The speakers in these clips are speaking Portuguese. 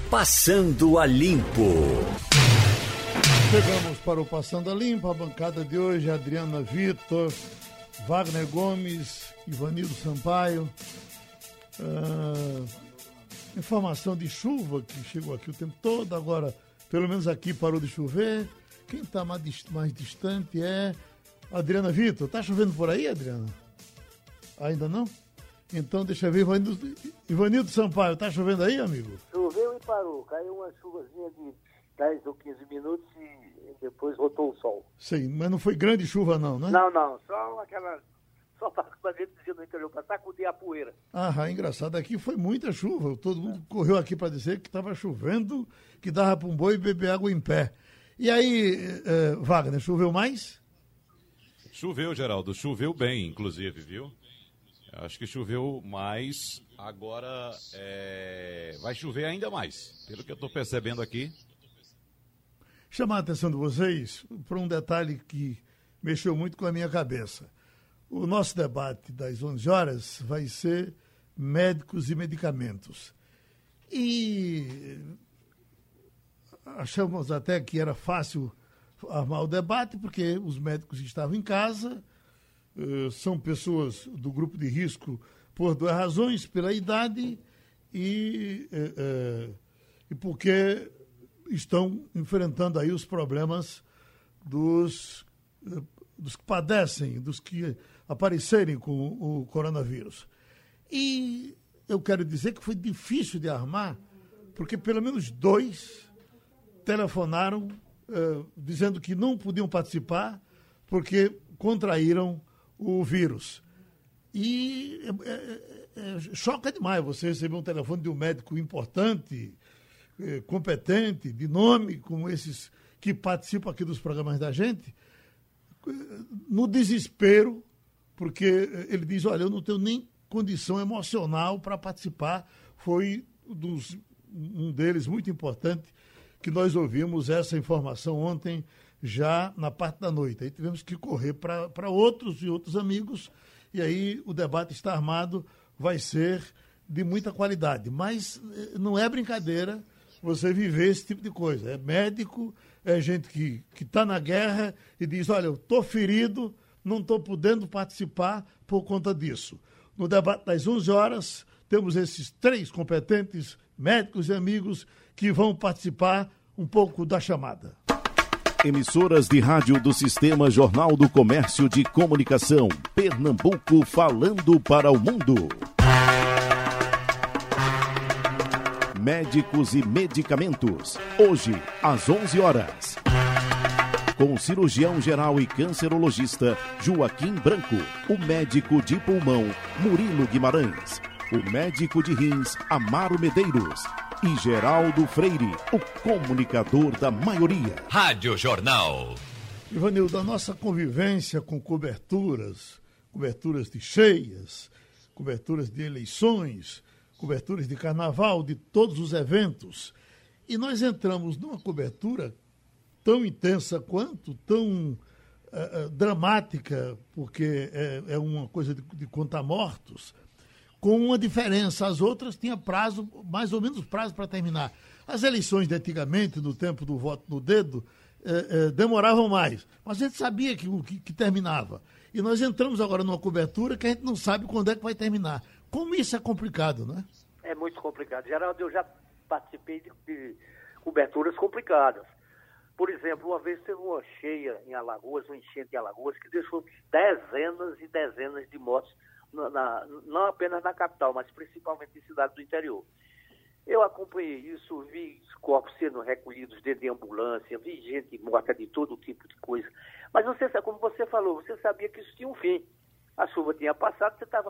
Passando a Limpo. Chegamos para o Passando a Limpo. A bancada de hoje: Adriana Vitor, Wagner Gomes, Ivanildo Sampaio. Informação de chuva que chegou aqui o tempo todo. Agora, pelo menos aqui, parou de chover. Quem está mais distante é Adriana Vitor. Está chovendo por aí, Adriana? Ainda não? Então, deixa eu ver. Ivanildo Sampaio, está chovendo aí, amigo? Choveu e parou. Caiu uma chuvazinha de 10 ou 15 minutos e depois voltou o sol. Sim, mas não foi grande chuva não, né? Não. Só para a gente dizer no interior, para sacudir a poeira. Engraçado. Aqui foi muita chuva. Todo mundo correu aqui para dizer que estava chovendo, que dava para um boi beber água em pé. E aí, Wagner, choveu mais? Choveu, Geraldo. Choveu bem, inclusive, viu? Acho que choveu mais. Agora vai chover ainda mais, pelo que eu estou percebendo aqui. Chamar a atenção de vocês para um detalhe que mexeu muito com a minha cabeça. O nosso debate das 11 horas vai ser médicos e medicamentos. E achamos até que era fácil armar o debate, porque os médicos estavam em casa, são pessoas do grupo de risco por duas razões: pela idade e porque estão enfrentando aí os problemas dos que padecem, dos que aparecerem com o coronavírus. E eu quero dizer que foi difícil de armar, porque pelo menos 2 telefonaram dizendo que não podiam participar porque contraíram o vírus. E choca demais você receber um telefone de um médico importante, competente, de nome, como esses que participam aqui dos programas da gente, no desespero, porque ele diz: olha, eu não tenho nem condição emocional para participar. Foi um deles muito importante, que nós ouvimos essa informação ontem, já na parte da noite. Aí tivemos que correr para outros e outros amigos, e aí o debate está armado, vai ser de muita qualidade. Mas não é brincadeira você viver esse tipo de coisa. É médico, é gente que está na guerra e diz: olha, eu estou ferido, não estou podendo participar por conta disso. No debate das 11 horas, temos esses 3 competentes médicos e amigos que vão participar um pouco da chamada. Emissoras de rádio do Sistema Jornal do Comércio de Comunicação. Pernambuco falando para o mundo. Médicos e medicamentos. Hoje, às 11 horas. Com o cirurgião geral e cancerologista Joaquim Branco. O médico de pulmão Murilo Guimarães. O médico de rins Amaro Medeiros. E Geraldo Freire, o comunicador da maioria. Rádio Jornal. Ivanildo, a nossa convivência com coberturas de cheias, coberturas de eleições, coberturas de carnaval, de todos os eventos. E nós entramos numa cobertura tão intensa quanto, tão dramática, porque é uma coisa de contar mortos, com uma diferença. As outras tinham prazo, mais ou menos prazo para terminar. As eleições de antigamente, no tempo do voto no dedo, demoravam mais, mas a gente sabia que terminava. E nós entramos agora numa cobertura que a gente não sabe quando é que vai terminar. Como isso é complicado, né? É muito complicado. Geraldo, eu já participei de coberturas complicadas. Por exemplo, uma vez teve uma cheia em Alagoas, uma enchente em Alagoas, que deixou dezenas e dezenas de mortes, não apenas na capital, mas principalmente em cidades do interior. Eu acompanhei isso, vi corpos sendo recolhidos dentro de ambulância, vi gente morta de todo tipo de coisa. Mas você, como você falou, você sabia que isso tinha um fim. A chuva tinha passado, você estava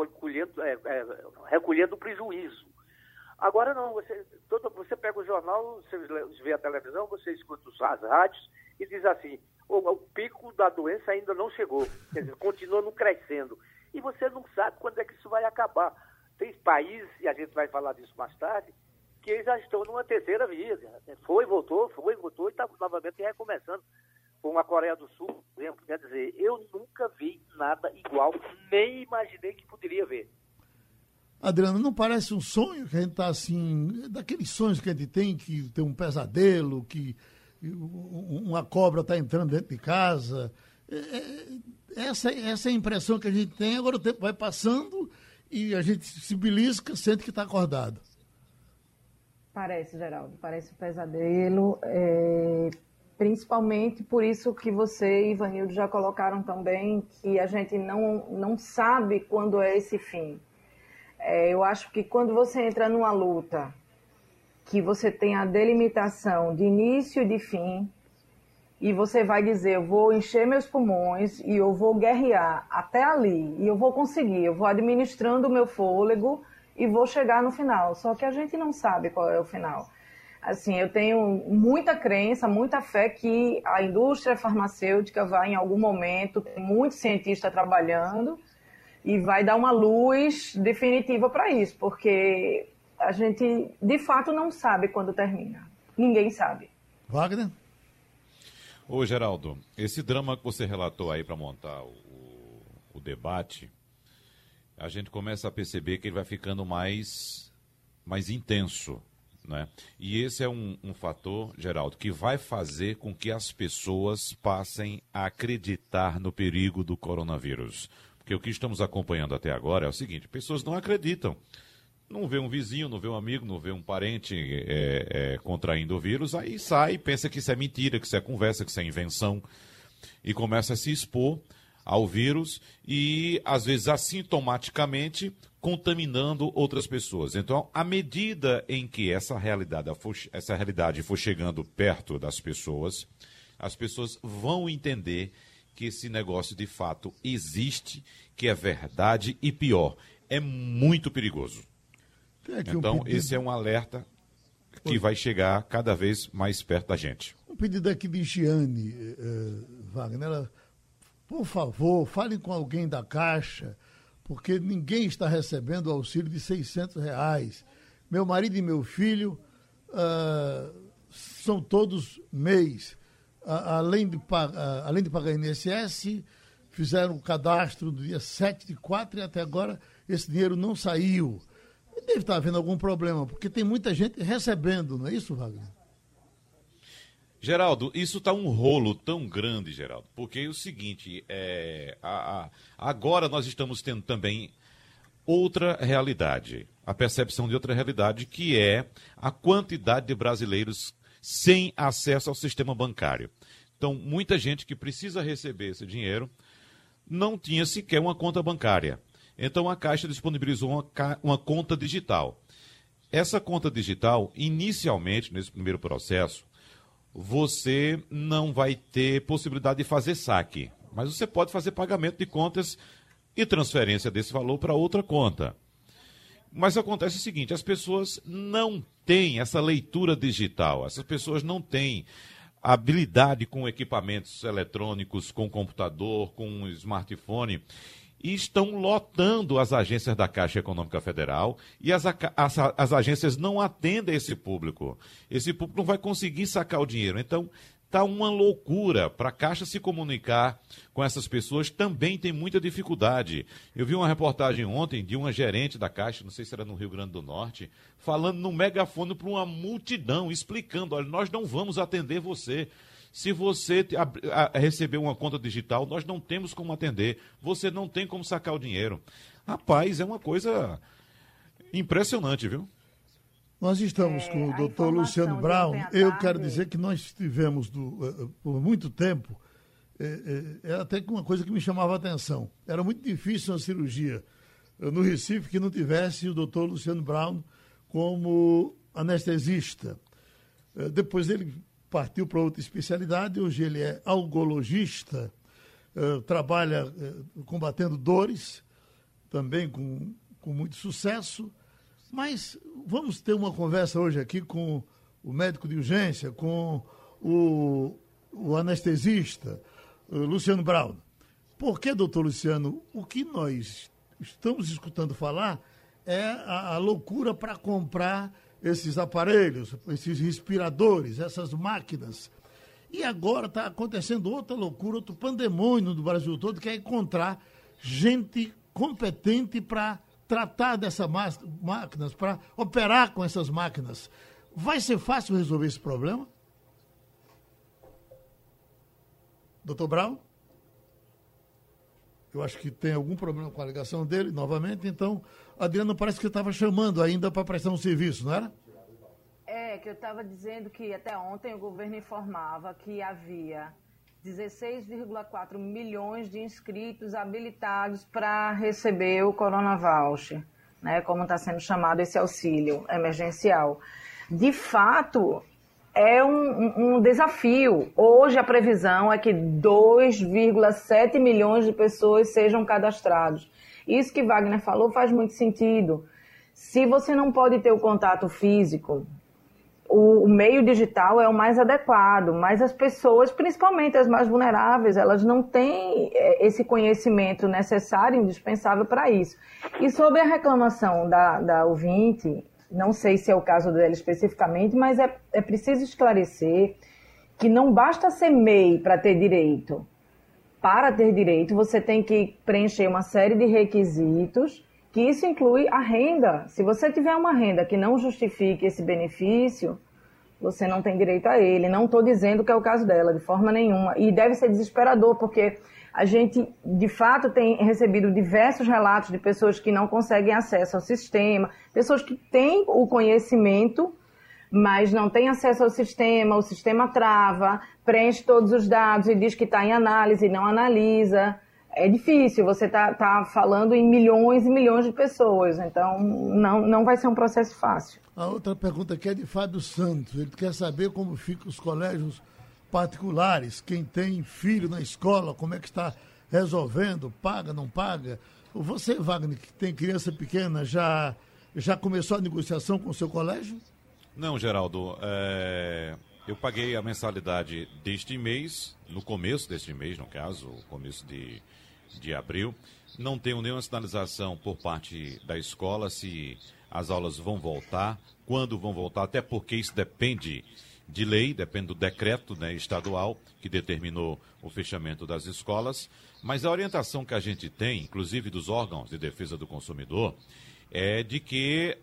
recolhendo o prejuízo. Agora não, você pega o jornal, você vê a televisão, você escuta as rádios e diz assim: o pico da doença ainda não chegou, quer dizer, continua não crescendo. E você não sabe quando é que isso vai acabar. Tem países, e a gente vai falar disso mais tarde, que já estão numa terceira via. Foi, voltou e está novamente recomeçando. Como a Coreia do Sul, por exemplo. Quer dizer, eu nunca vi nada igual, nem imaginei que poderia ver. Adriana, não parece um sonho que a gente está assim, daqueles sonhos que a gente tem, que tem um pesadelo, que uma cobra está entrando dentro de casa. Essa é a impressão que a gente tem. Agora o tempo vai passando e a gente se belisca, sente que está acordado. Parece, Geraldo, parece um pesadelo, principalmente por isso que você e Ivanildo já colocaram também, que a gente não sabe quando é esse fim. Eu acho que quando você entra numa luta, que você tem a delimitação de início e de fim, e você vai dizer, eu vou encher meus pulmões e eu vou guerrear até ali, e eu vou conseguir, eu vou administrando o meu fôlego e vou chegar no final. Só que a gente não sabe qual é o final. Assim, eu tenho muita crença, muita fé que a indústria farmacêutica vai, em algum momento, ter muito cientista trabalhando e vai dar uma luz definitiva para isso, porque a gente, de fato, não sabe quando termina. Ninguém sabe. Wagner? Ô, Geraldo, esse drama que você relatou aí para montar o debate, a gente começa a perceber que ele vai ficando mais intenso, né? E esse é um fator, Geraldo, que vai fazer com que as pessoas passem a acreditar no perigo do coronavírus. Porque o que estamos acompanhando até agora é o seguinte, pessoas não acreditam. Não vê um vizinho, não vê um amigo, não vê um parente contraindo o vírus, aí sai, pensa que isso é mentira, que isso é conversa, que isso é invenção, e começa a se expor ao vírus e, às vezes, assintomaticamente, contaminando outras pessoas. Então, à medida em que essa realidade for chegando perto das pessoas, as pessoas vão entender que esse negócio, de fato, existe, que é verdade e, pior, é muito perigoso. Então, esse é um alerta que vai chegar cada vez mais perto da gente. Um pedido aqui de Giane, Wagner. Ela, por favor, falem com alguém da Caixa, porque ninguém está recebendo o auxílio de R$600. Meu marido e meu filho são todos MEIs. Além de pagar INSS, fizeram o cadastro no dia 7/4 e até agora esse dinheiro não saiu. Deve estar havendo algum problema, porque tem muita gente recebendo, não é isso, Wagner? Geraldo, isso está um rolo tão grande, Geraldo, porque é o seguinte, agora nós estamos tendo também outra realidade, a percepção de outra realidade, que é a quantidade de brasileiros sem acesso ao sistema bancário. Então, muita gente que precisa receber esse dinheiro não tinha sequer uma conta bancária. Então, a Caixa disponibilizou uma conta digital. Essa conta digital, inicialmente, nesse primeiro processo, você não vai ter possibilidade de fazer saque, mas você pode fazer pagamento de contas e transferência desse valor para outra conta. Mas acontece o seguinte, as pessoas não têm essa leitura digital, essas pessoas não têm habilidade com equipamentos eletrônicos, com computador, com smartphone, e estão lotando as agências da Caixa Econômica Federal e as agências não atendem esse público. Esse público não vai conseguir sacar o dinheiro. Então, está uma loucura para a Caixa se comunicar com essas pessoas, também tem muita dificuldade. Eu vi uma reportagem ontem de uma gerente da Caixa, não sei se era no Rio Grande do Norte, falando no megafone para uma multidão, explicando, olha, nós não vamos atender você. Se você receber uma conta digital, nós não temos como atender. Você não tem como sacar o dinheiro. Rapaz, é uma coisa impressionante, viu? Nós estamos com o doutor Luciano Brown. Eu quero dizer que nós tivemos, por muito tempo, até uma coisa que me chamava a atenção. Era muito difícil uma cirurgia no Recife que não tivesse o doutor Luciano Brown como anestesista. Depois ele partiu para outra especialidade, hoje ele é algologista, trabalha combatendo dores, também com muito sucesso, mas vamos ter uma conversa hoje aqui com o médico de urgência, com o anestesista, Luciano Brown. Por que, doutor Luciano, o que nós estamos escutando falar é a loucura para comprar esses aparelhos, esses respiradores, essas máquinas. E agora está acontecendo outra loucura, outro pandemônio do Brasil todo, que é encontrar gente competente para tratar dessas máquinas, para operar com essas máquinas, vai ser fácil resolver esse problema? Doutor Brown? Eu acho que tem algum problema com a ligação dele, novamente. Então, Adriano parece que estava chamando ainda para prestar um serviço, não era? Que eu estava dizendo que até ontem o governo informava que havia 16,4 milhões de inscritos habilitados para receber o Corona Voucher, né, como está sendo chamado esse auxílio emergencial. De fato, é um desafio. Hoje a previsão é que 2,7 milhões de pessoas sejam cadastrados. Isso que Wagner falou faz muito sentido. Se você não pode ter o contato físico, o meio digital é o mais adequado, mas as pessoas, principalmente as mais vulneráveis, elas não têm esse conhecimento necessário, indispensável para isso. E sobre a reclamação da ouvinte, não sei se é o caso dela especificamente, mas é preciso esclarecer que não basta ser MEI para ter direito. Para ter direito, você tem que preencher uma série de requisitos, que isso inclui a renda. Se você tiver uma renda que não justifique esse benefício, você não tem direito a ele. Não estou dizendo que é o caso dela, de forma nenhuma. E deve ser desesperador, porque a gente, de fato, tem recebido diversos relatos de pessoas que não conseguem acesso ao sistema, pessoas que têm o conhecimento, mas não têm acesso ao sistema, o sistema trava, preenche todos os dados e diz que está em análise e não analisa. É difícil, você tá falando em milhões e milhões de pessoas, então não vai ser um processo fácil. A outra pergunta aqui é de Fábio Santos. Ele quer saber como ficam os colégios particulares, quem tem filho na escola, como é que está resolvendo, paga, não paga. Você, Wagner, que tem criança pequena, já começou a negociação com o seu colégio? Não, Geraldo, eu paguei a mensalidade deste mês, no começo deste mês, no caso, começo de abril. Não tenho nenhuma sinalização por parte da escola se as aulas vão voltar, quando vão voltar, até porque isso depende de lei, depende do decreto, né, estadual que determinou o fechamento das escolas. Mas a orientação que a gente tem, inclusive dos órgãos de defesa do consumidor, é de que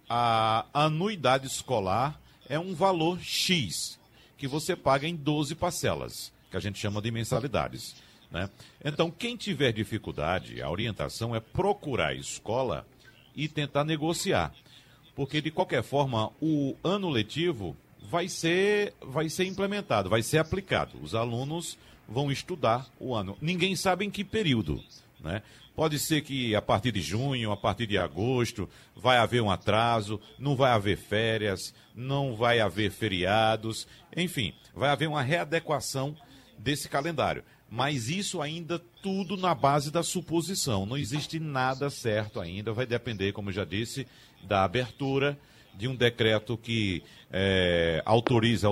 a anuidade escolar é um valor X, que você paga em 12 parcelas, que a gente chama de mensalidades, né? Então, quem tiver dificuldade, a orientação é procurar a escola e tentar negociar. Porque, de qualquer forma, o ano letivo vai ser implementado, vai ser aplicado. Os alunos vão estudar o ano. Ninguém sabe em que período, né? Pode ser que a partir de junho, a partir de agosto, vai haver um atraso, não vai haver férias, não vai haver feriados, enfim, vai haver uma readequação desse calendário. Mas isso ainda tudo na base da suposição, não existe nada certo ainda, vai depender, como eu já disse, da abertura de um decreto que autorize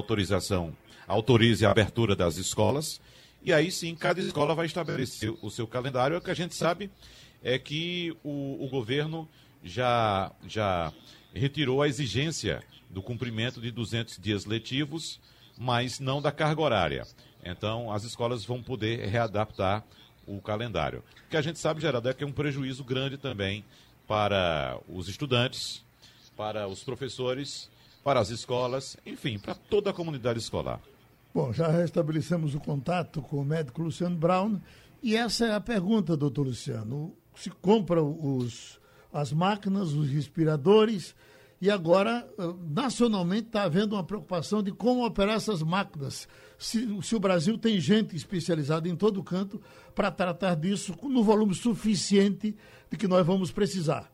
a abertura das escolas. E aí sim, cada escola vai estabelecer o seu calendário. O que a gente sabe é que o governo já retirou a exigência do cumprimento de 200 dias letivos, mas não da carga horária. Então, as escolas vão poder readaptar o calendário. O que a gente sabe, Geraldo, é que é um prejuízo grande também para os estudantes, para os professores, para as escolas, enfim, para toda a comunidade escolar. Bom, já restabelecemos o contato com o médico Luciano Brown. E essa é a pergunta, doutor Luciano. Se compra as máquinas, os respiradores, e agora, nacionalmente, está havendo uma preocupação de como operar essas máquinas. Se o Brasil tem gente especializada em todo canto para tratar disso no volume suficiente de que nós vamos precisar.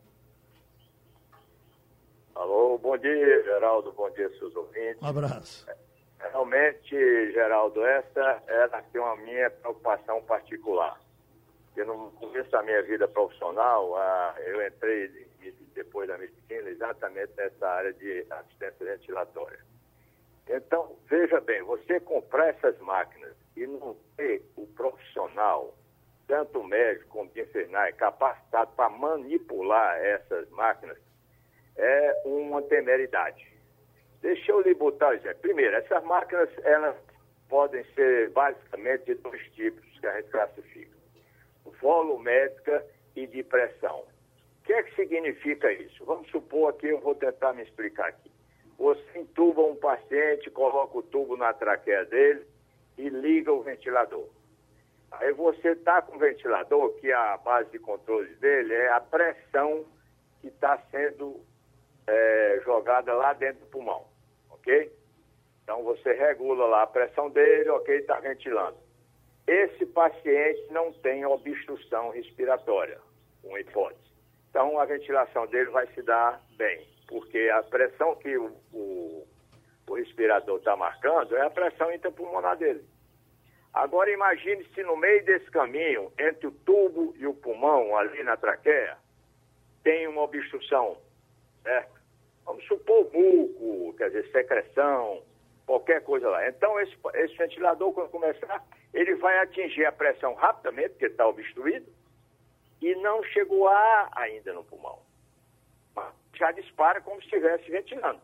Alô, bom dia, Geraldo, bom dia, seus ouvintes. Um abraço. Realmente, Geraldo, essa era aqui uma minha preocupação particular. Porque no começo da minha vida profissional, eu entrei depois da medicina exatamente nessa área de assistência ventilatória. Então, veja bem, você comprar essas máquinas e não ter o profissional, tanto o médico como o enfermeiro, capacitado para manipular essas máquinas, é uma temeridade. Deixa eu lhe botar o exemplo. Primeiro, essas máquinas, elas podem ser basicamente de dois tipos que a gente classifica. Volumétrica e de pressão. que é que significa isso? Vamos supor aqui, eu vou tentar me explicar aqui. Você entuba um paciente, coloca o tubo na traqueia dele e liga o ventilador. Aí você está com o ventilador, que a base de controle dele é a pressão que está sendo jogada lá dentro do pulmão, ok? Então você regula lá a pressão dele, ok, está ventilando. Esse paciente não tem obstrução respiratória, uma hipótese. Então a ventilação dele vai se dar bem, porque a pressão que o respirador está marcando é a pressão intrapulmonar dele. Agora imagine se no meio desse caminho, entre o tubo e o pulmão, ali na traqueia, tem uma obstrução, certo? Vamos supor muco, quer dizer, secreção, qualquer coisa lá. Então esse ventilador, quando começar, ele vai atingir a pressão rapidamente, porque está obstruído, e não chegou ar ainda no pulmão. Mas já dispara como se estivesse ventilando.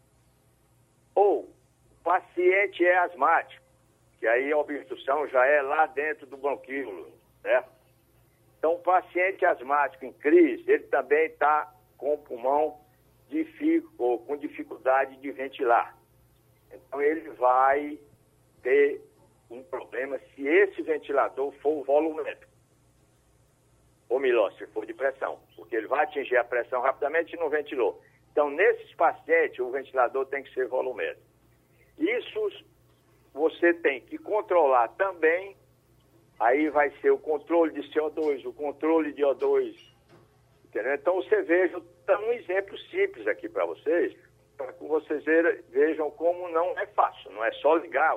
Ou o paciente é asmático, que aí a obstrução já é lá dentro do bronquíolo, certo? Então, o paciente asmático em crise, ele também está com o pulmão com dificuldade de ventilar. Então, ele vai ter um problema se esse ventilador for volumétrico. Ou melhor, se for de pressão, porque ele vai atingir a pressão rapidamente e não ventilou. Então, nesses pacientes, o ventilador tem que ser volumétrico. Isso você tem que controlar também, aí vai ser o controle de CO2, o controle de O2, entendeu? Então você veja, um exemplo simples aqui para vocês, para que vocês vejam como não é fácil, não é só ligar.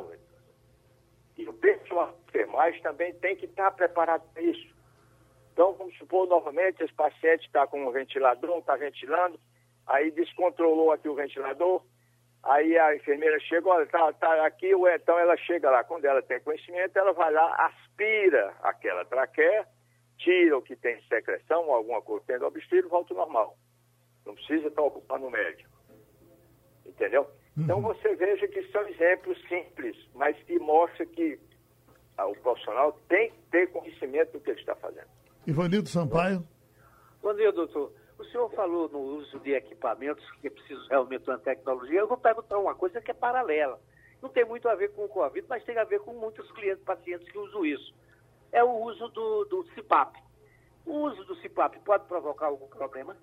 E o pessoal de enfermagem também tem que estar preparado para isso. Então, vamos supor, novamente, esse paciente está com um ventilador, está ventilando, aí descontrolou aqui o ventilador, aí a enfermeira chega, olha, tá aqui, então ela chega lá, quando ela tem conhecimento, ela vai lá, aspira aquela traqueia, tira o que tem secreção, alguma coisa tendo obstruído, volta ao normal. Não precisa estar ocupando o médico. Entendeu? Então você veja que são exemplos simples, mas que mostram que o profissional tem que ter conhecimento do que ele está fazendo. Ivanildo Sampaio. Bom dia, doutor. O senhor falou no uso de equipamentos, que é preciso realmente uma tecnologia. Eu vou perguntar uma coisa que é paralela. Não tem muito a ver com o Covid, mas tem a ver com muitos pacientes que usam isso. É o uso do CPAP. O uso do CPAP pode provocar algum problema?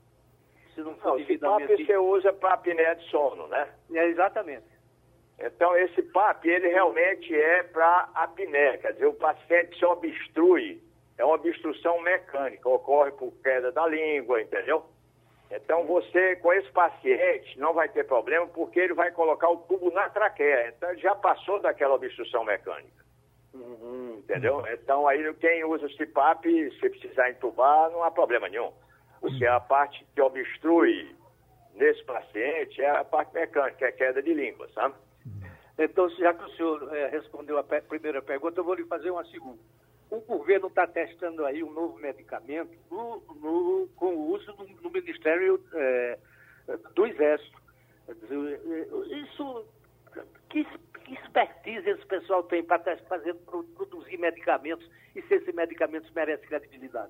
Se não for devidamente... O CPAP você usa para apneia de sono, né? Exatamente. Então, esse PAP, ele realmente é para apneia. Quer dizer, o paciente se obstrui. É uma obstrução mecânica, ocorre por queda da língua, entendeu? Então, você, com esse paciente, não vai ter problema, porque ele vai colocar o tubo na traqueia. Então, ele já passou daquela obstrução mecânica. Entendeu? Então, aí, quem usa o CPAP, se precisar entubar, não há problema nenhum. Porque a parte que obstrui nesse paciente é a parte mecânica, é a queda de língua, sabe? Então, já que o senhor respondeu a primeira pergunta, eu vou lhe fazer uma segunda. O governo está testando aí um novo medicamento com o uso no Ministério do Exército. Isso, que expertise esse pessoal tem para produzir medicamentos e se esses medicamentos merecem credibilidade?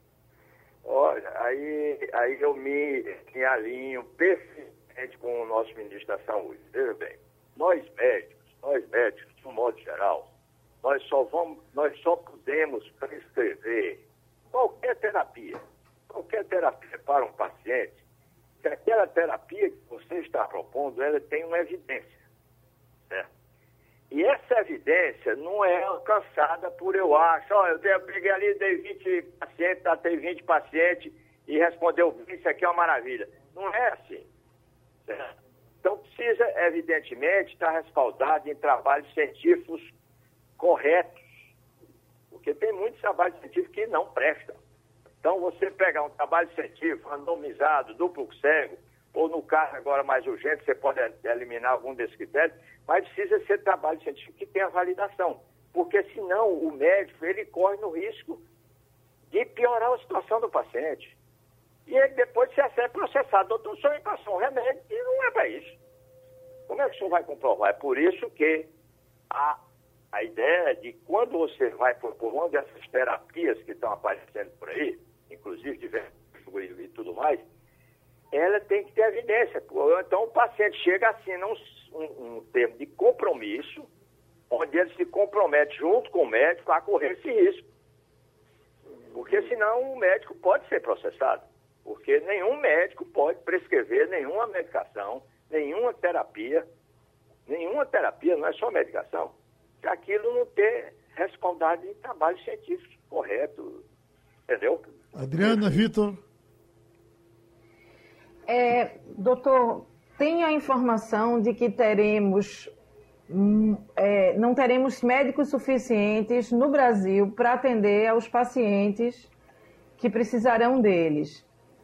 Olha, aí eu me alinho perfeitamente com o nosso ministro da Saúde. Veja bem, nós médicos, de um modo geral, nós só podemos prescrever qualquer terapia para um paciente, se aquela terapia que você está propondo, ela tem uma evidência, certo? E essa evidência não é alcançada por eu acho, eu peguei ali, dei 20 pacientes, tratei 20 pacientes e respondeu, isso aqui é uma maravilha. Não é assim, certo? Então precisa, evidentemente, estar respaldado em trabalhos científicos corretos, porque tem muitos trabalhos científicos que não prestam. Então, você pegar um trabalho científico randomizado, duplo cego, ou no caso agora mais urgente, você pode eliminar algum desses critérios, mas precisa ser trabalho científico que tenha validação, porque senão o médico ele corre no risco de piorar a situação do paciente. E ele depois se é processado. Doutor, o senhor me passou um remédio e não é para isso. Como é que o senhor vai comprovar? É por isso que a ideia de quando você vai propor uma dessas terapias que estão aparecendo por aí, inclusive de científico e tudo mais, ela tem que ter evidência. Então, o paciente chega a assinar um termo de compromisso, onde ele se compromete junto com o médico a correr esse risco. Porque senão o médico pode ser processado. Porque nenhum médico pode prescrever nenhuma medicação, nenhuma terapia, não é só medicação, se aquilo não ter responsabilidade em trabalho científico correto. Entendeu? Adriana, Vitor. Doutor, tem a informação de que não teremos médicos suficientes no Brasil para atender aos pacientes que precisarão deles.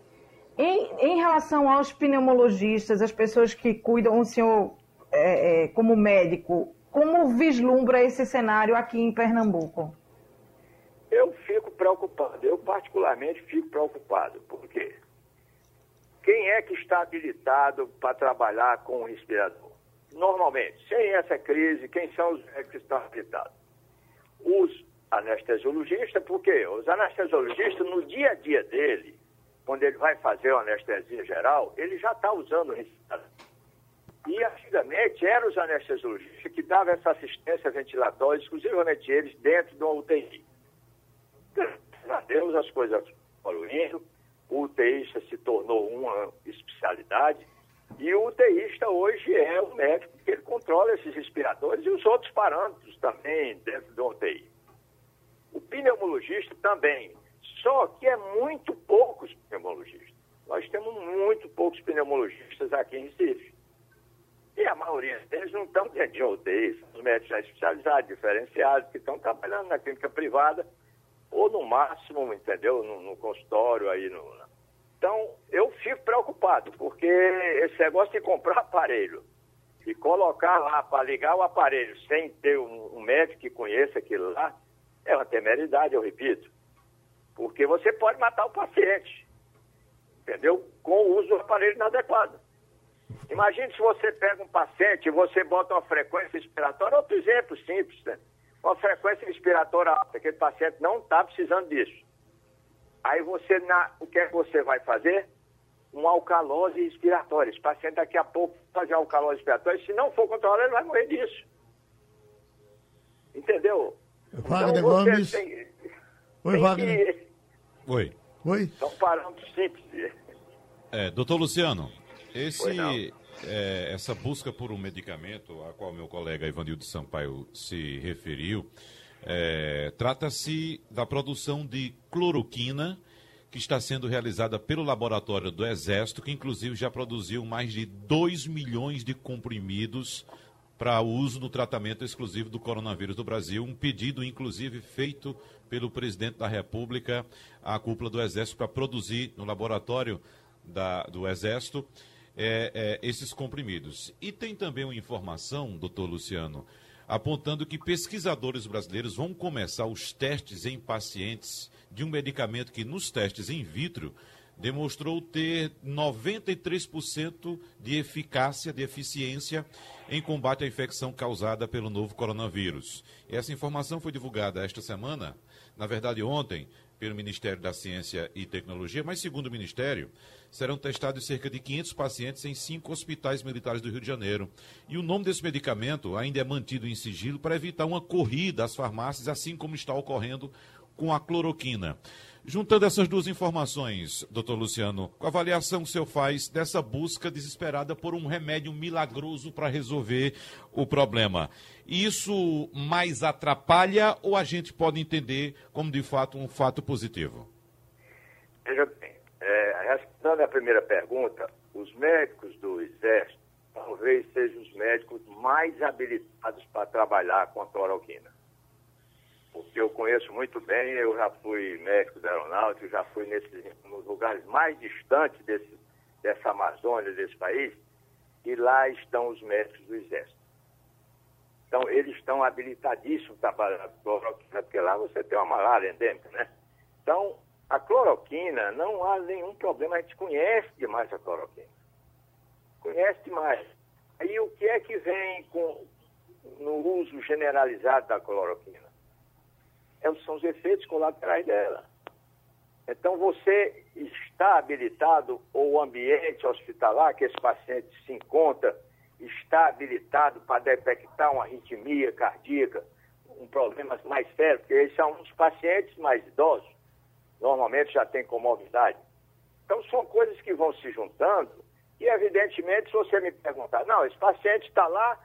Em relação aos pneumologistas, as pessoas que cuidam, o senhor, como médico, como vislumbra esse cenário aqui em Pernambuco? Eu fico preocupado, eu particularmente fico preocupado, porque quem é que está habilitado para trabalhar com o respirador? Normalmente, sem essa crise, quem são os médicos que estão habilitados? Os anestesiologistas, porque os anestesiologistas, no dia a dia dele, quando ele vai fazer uma anestesia geral, ele já está usando o respirador. E antigamente eram os anestesiologistas que davam essa assistência ventilatória, exclusivamente eles, dentro de uma UTI. Graças a Deus as coisas foram indo, o UTIsta se tornou uma especialidade, e o UTIsta hoje é o médico que ele controla esses respiradores e os outros parâmetros também dentro do UTI. O pneumologista também, só que é muito poucos pneumologistas. Nós temos muito poucos pneumologistas aqui em Recife. E a maioria deles não estão dentro de UTI, são os médicos já especializados, diferenciados, que estão trabalhando na clínica privada, ou no máximo, entendeu, no consultório aí. Então, eu fico preocupado, porque esse negócio de comprar aparelho e colocar lá para ligar o aparelho sem ter um médico que conheça aquilo lá, é uma temeridade, eu repito. Porque você pode matar o paciente, entendeu? Com o uso do aparelho inadequado. Imagine se você pega um paciente e você bota uma frequência respiratória, outro exemplo simples, né? Uma frequência respiratória alta, aquele paciente não está precisando disso. Aí você, o que é que você vai fazer? Uma alcalose respiratória. Esse paciente daqui a pouco vai fazer alcalose respiratória, se não for controlado, ele vai morrer disso. Entendeu? Wagner então, Gomes. Oi, Wagner. Oi. São parâmetros simples. Doutor Luciano, essa busca por um medicamento, a qual meu colega Ivanildo Sampaio se referiu, trata-se da produção de cloroquina, que está sendo realizada pelo laboratório do Exército, que inclusive já produziu mais de 2 milhões de comprimidos para uso no tratamento exclusivo do coronavírus do Brasil, um pedido inclusive feito pelo presidente da República à cúpula do Exército para produzir no laboratório do Exército esses comprimidos. E tem também uma informação, doutor Luciano, apontando que pesquisadores brasileiros vão começar os testes em pacientes de um medicamento que nos testes in vitro demonstrou ter 93% de eficácia, de eficiência em combate à infecção causada pelo novo coronavírus. Essa informação foi divulgada esta semana, na verdade ontem, pelo Ministério da Ciência e Tecnologia, mas segundo o Ministério, serão testados cerca de 500 pacientes em 5 hospitais militares do Rio de Janeiro. E o nome desse medicamento ainda é mantido em sigilo para evitar uma corrida às farmácias, assim como está ocorrendo com a cloroquina. Juntando essas duas informações, doutor Luciano, qual a avaliação que o senhor faz dessa busca desesperada por um remédio milagroso para resolver o problema? Isso mais atrapalha ou a gente pode entender como, de fato, um fato positivo? Veja bem, respondendo à primeira pergunta, os médicos do Exército talvez sejam os médicos mais habilitados para trabalhar com a cloroquina. Porque eu conheço muito bem, eu já fui médico da aeronáutica, já fui nos lugares mais distantes dessa Amazônia, desse país, e lá estão os médicos do Exército. Então, eles estão habilitadíssimos para trabalhar com cloroquina, porque lá você tem uma malária endêmica, né? Então, a cloroquina, não há nenhum problema, a gente conhece demais a cloroquina. Conhece demais. Aí, o que é que vem no uso generalizado da cloroquina? São os efeitos colaterais dela. Então, você está habilitado, ou o ambiente hospitalar que esse paciente se encontra, está habilitado para detectar uma arritmia cardíaca, um problema mais sério, porque esses são os pacientes mais idosos, normalmente já tem comorbidade. Então, são coisas que vão se juntando e, evidentemente, se você me perguntar, não, esse paciente está lá,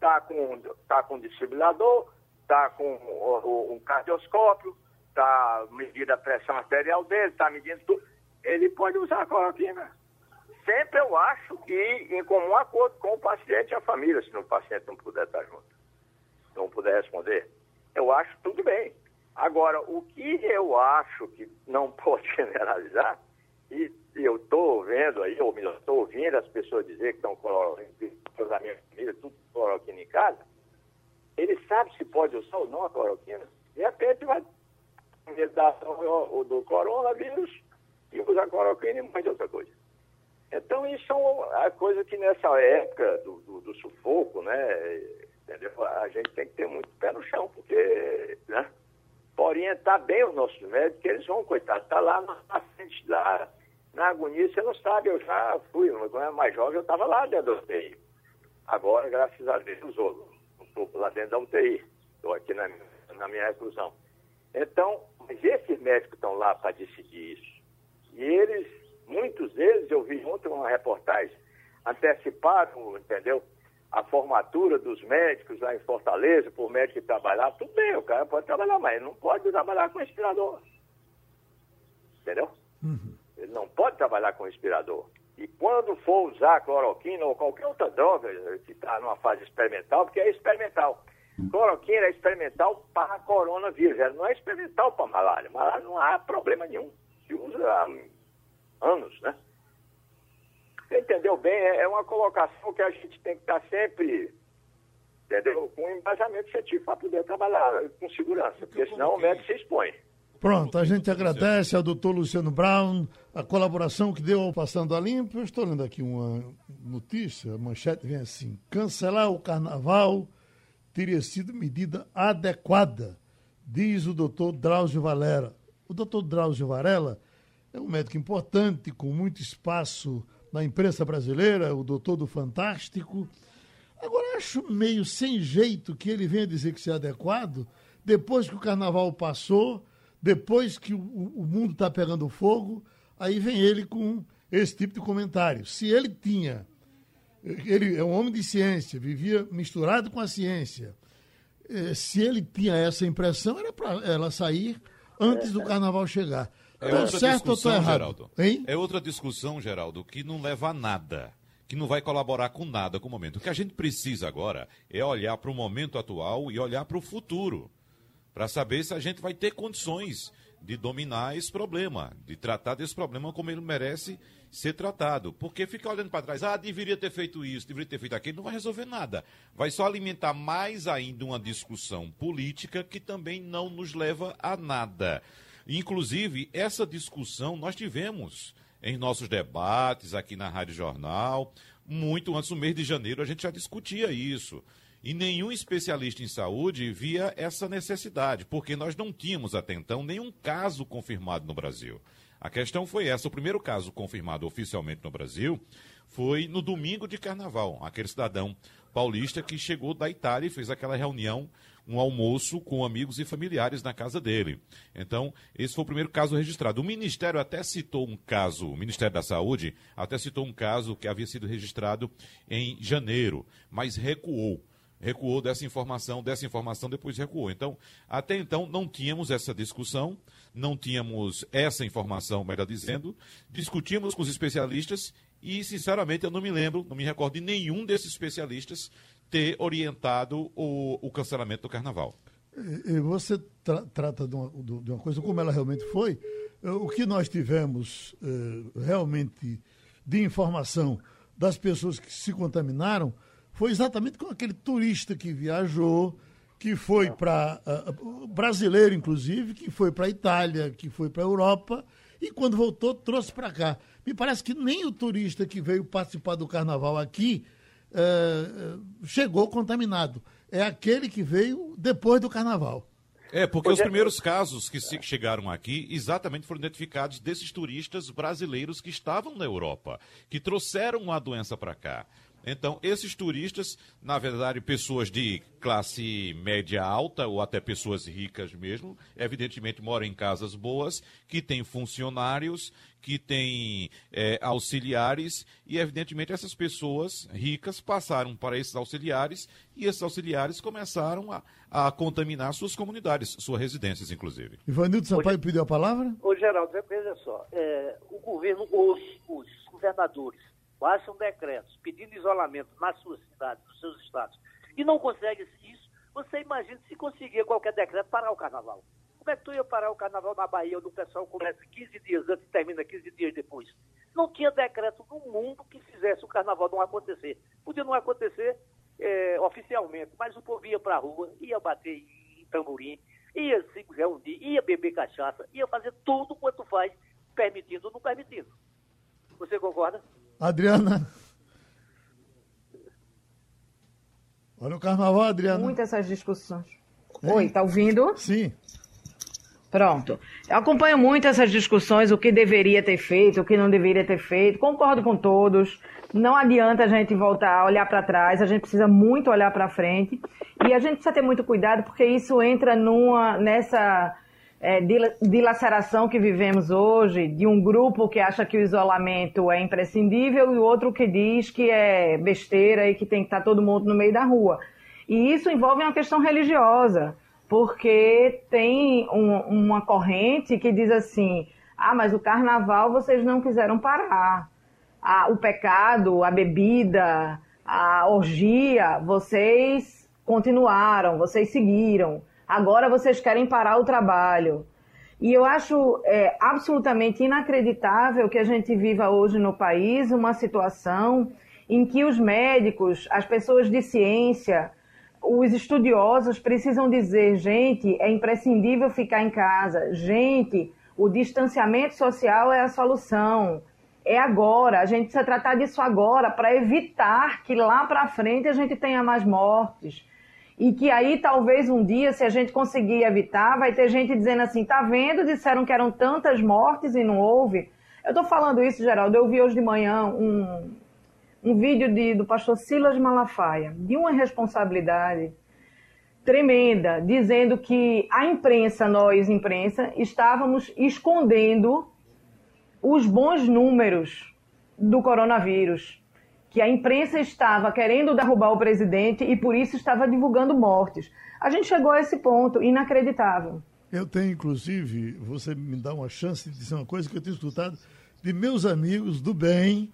está com desfibrilador, está com um cardioscópio, está medindo a pressão arterial dele, está medindo tudo, ele pode usar a cloroquina. Sempre eu acho que em comum acordo com o paciente e a família, se o paciente não puder estar junto, não puder responder, eu acho tudo bem. Agora, o que eu acho que não pode generalizar, e eu estou vendo aí, ou melhor, estou ouvindo as pessoas dizer que estão cloroquina, da minha família, tudo cloroquina em casa, ele sabe se pode usar ou não a cloroquina. De repente vai dar o do coronavírus e usar a cloroquina e mais outra coisa. Então, isso são as coisas que nessa época do sufoco, né, entendeu? A gente tem que ter muito pé no chão, porque, né, para orientar bem os nossos médicos, que eles vão, coitado, tá lá na frente, lá na agonia, você não sabe, eu já fui, quando eu era mais jovem, eu estava lá dentro da UTI. Agora, graças a Deus, eu estou lá dentro da UTI, estou aqui na minha reclusão. Então, mas esses médicos estão lá para decidir isso. E eles, muitos deles, eu vi ontem uma reportagem, anteciparam, entendeu? A formatura dos médicos lá em Fortaleza, por médico que trabalhar, tudo bem, o cara pode trabalhar, mas ele não pode trabalhar com respirador. Entendeu? Uhum. Ele não pode trabalhar com respirador. E quando for usar cloroquina ou qualquer outra droga que está numa fase experimental, porque é experimental. Cloroquina é experimental para coronavírus, ela não é experimental para malária. Malária não há problema nenhum. Se usa há anos, né? Você entendeu bem? É uma colocação que a gente tem que estar sempre, entendeu? Com embasamento científico para poder trabalhar com segurança, porque senão o médico se expõe. Pronto, a gente agradece ao doutor Luciano Brown a colaboração que deu ao Passando a Limpo. Eu estou lendo aqui uma notícia, a manchete vem assim: cancelar o carnaval teria sido medida adequada, diz o doutor Drauzio Varela. O doutor Drauzio Varela é um médico importante, com muito espaço na imprensa brasileira, o doutor do Fantástico. Agora, acho meio sem jeito que ele venha dizer que isso é adequado, depois que o carnaval passou, depois que o mundo está pegando fogo, aí vem ele com esse tipo de comentário. Se ele tinha... Ele é um homem de ciência, vivia misturado com a ciência. Se ele tinha essa impressão, era para ela sair antes do carnaval chegar. Outra certo ou estou errado? Geraldo, hein? É outra discussão, Geraldo, que não leva a nada, que não vai colaborar com nada com o momento. O que a gente precisa agora é olhar para o momento atual e olhar para o futuro, para saber se a gente vai ter condições de dominar esse problema, de tratar desse problema como ele merece ser tratado. Porque ficar olhando para trás, deveria ter feito isso, deveria ter feito aquilo, não vai resolver nada. Vai só alimentar mais ainda uma discussão política que também não nos leva a nada. Inclusive, essa discussão nós tivemos em nossos debates aqui na Rádio Jornal, muito antes do mês de janeiro a gente já discutia isso. E nenhum especialista em saúde via essa necessidade, porque nós não tínhamos até então nenhum caso confirmado no Brasil. A questão foi essa: o primeiro caso confirmado oficialmente no Brasil foi no domingo de carnaval, aquele cidadão paulista que chegou da Itália e fez aquela reunião, um almoço com amigos e familiares na casa dele. Então, esse foi o primeiro caso registrado. O Ministério até citou um caso, o Ministério da Saúde até citou um caso que havia sido registrado em janeiro, mas recuou dessa informação depois recuou. Então, até então, não tínhamos essa discussão, não tínhamos essa informação, melhor dizendo, discutimos com os especialistas e, sinceramente, eu não me recordo de nenhum desses especialistas ter orientado o cancelamento do carnaval. Você trata de uma coisa como ela realmente foi. O que nós tivemos realmente de informação das pessoas que se contaminaram foi exatamente com aquele turista que viajou, que foi para... brasileiro, inclusive, que foi para a Itália, que foi para a Europa, e quando voltou, trouxe para cá. Me parece que nem o turista que veio participar do carnaval aqui chegou contaminado. É aquele que veio depois do carnaval. Porque os primeiros casos que chegaram aqui exatamente foram identificados desses turistas brasileiros que estavam na Europa, que trouxeram a doença para cá. Então, esses turistas, na verdade, pessoas de classe média alta ou até pessoas ricas mesmo, evidentemente moram em casas boas, que têm funcionários, que têm auxiliares, e evidentemente essas pessoas ricas passaram para esses auxiliares, e esses auxiliares começaram a contaminar suas comunidades, suas residências, inclusive. Ivanildo Sampaio pediu a palavra? Ô, Geraldo, veja só, o governo, os governadores, baixam decretos pedindo isolamento nas suas cidades, nos seus estados, e não consegue isso, você imagina se conseguir qualquer decreto parar o carnaval. Como é que tu ia parar o carnaval na Bahia, onde o pessoal começa 15 dias antes e termina 15 dias depois? Não tinha decreto no mundo que fizesse o carnaval não acontecer. Podia não acontecer oficialmente, mas o povo ia para a rua, ia bater em tamborim, ia se reunir, ia beber cachaça, ia fazer tudo quanto faz, permitindo ou não permitindo. Você concorda? Adriana? Olha o carnaval, Adriana. Muitas essas discussões. Oi, tá ouvindo? Sim. Pronto. Eu acompanho muito essas discussões, o que deveria ter feito, o que não deveria ter feito. Concordo com todos. Não adianta a gente voltar a olhar para trás, a gente precisa muito olhar para frente. E a gente precisa ter muito cuidado, porque isso entra nessa dilaceração que vivemos hoje, de um grupo que acha que o isolamento é imprescindível e o outro que diz que é besteira e que tem que estar todo mundo no meio da rua. E isso envolve uma questão religiosa, porque tem uma corrente que diz assim, mas o carnaval vocês não quiseram parar. O pecado, a bebida, a orgia, vocês continuaram, vocês seguiram. Agora vocês querem parar o trabalho. E eu acho absolutamente inacreditável que a gente viva hoje no país uma situação em que os médicos, as pessoas de ciência, os estudiosos precisam dizer, gente, é imprescindível ficar em casa. Gente, o distanciamento social é a solução. É agora, a gente precisa tratar disso agora para evitar que lá para frente a gente tenha mais mortes. E que aí, talvez um dia, se a gente conseguir evitar, vai ter gente dizendo assim, tá vendo, disseram que eram tantas mortes e não houve. Eu estou falando isso, Geraldo, eu vi hoje de manhã um vídeo do pastor Silas Malafaia, de uma irresponsabilidade tremenda, dizendo que a imprensa, nós, imprensa, estávamos escondendo os bons números do coronavírus. Que a imprensa estava querendo derrubar o presidente e por isso estava divulgando mortes. A gente chegou a esse ponto, inacreditável. Eu tenho, inclusive, você me dá uma chance de dizer uma coisa que eu tenho escutado de meus amigos do bem,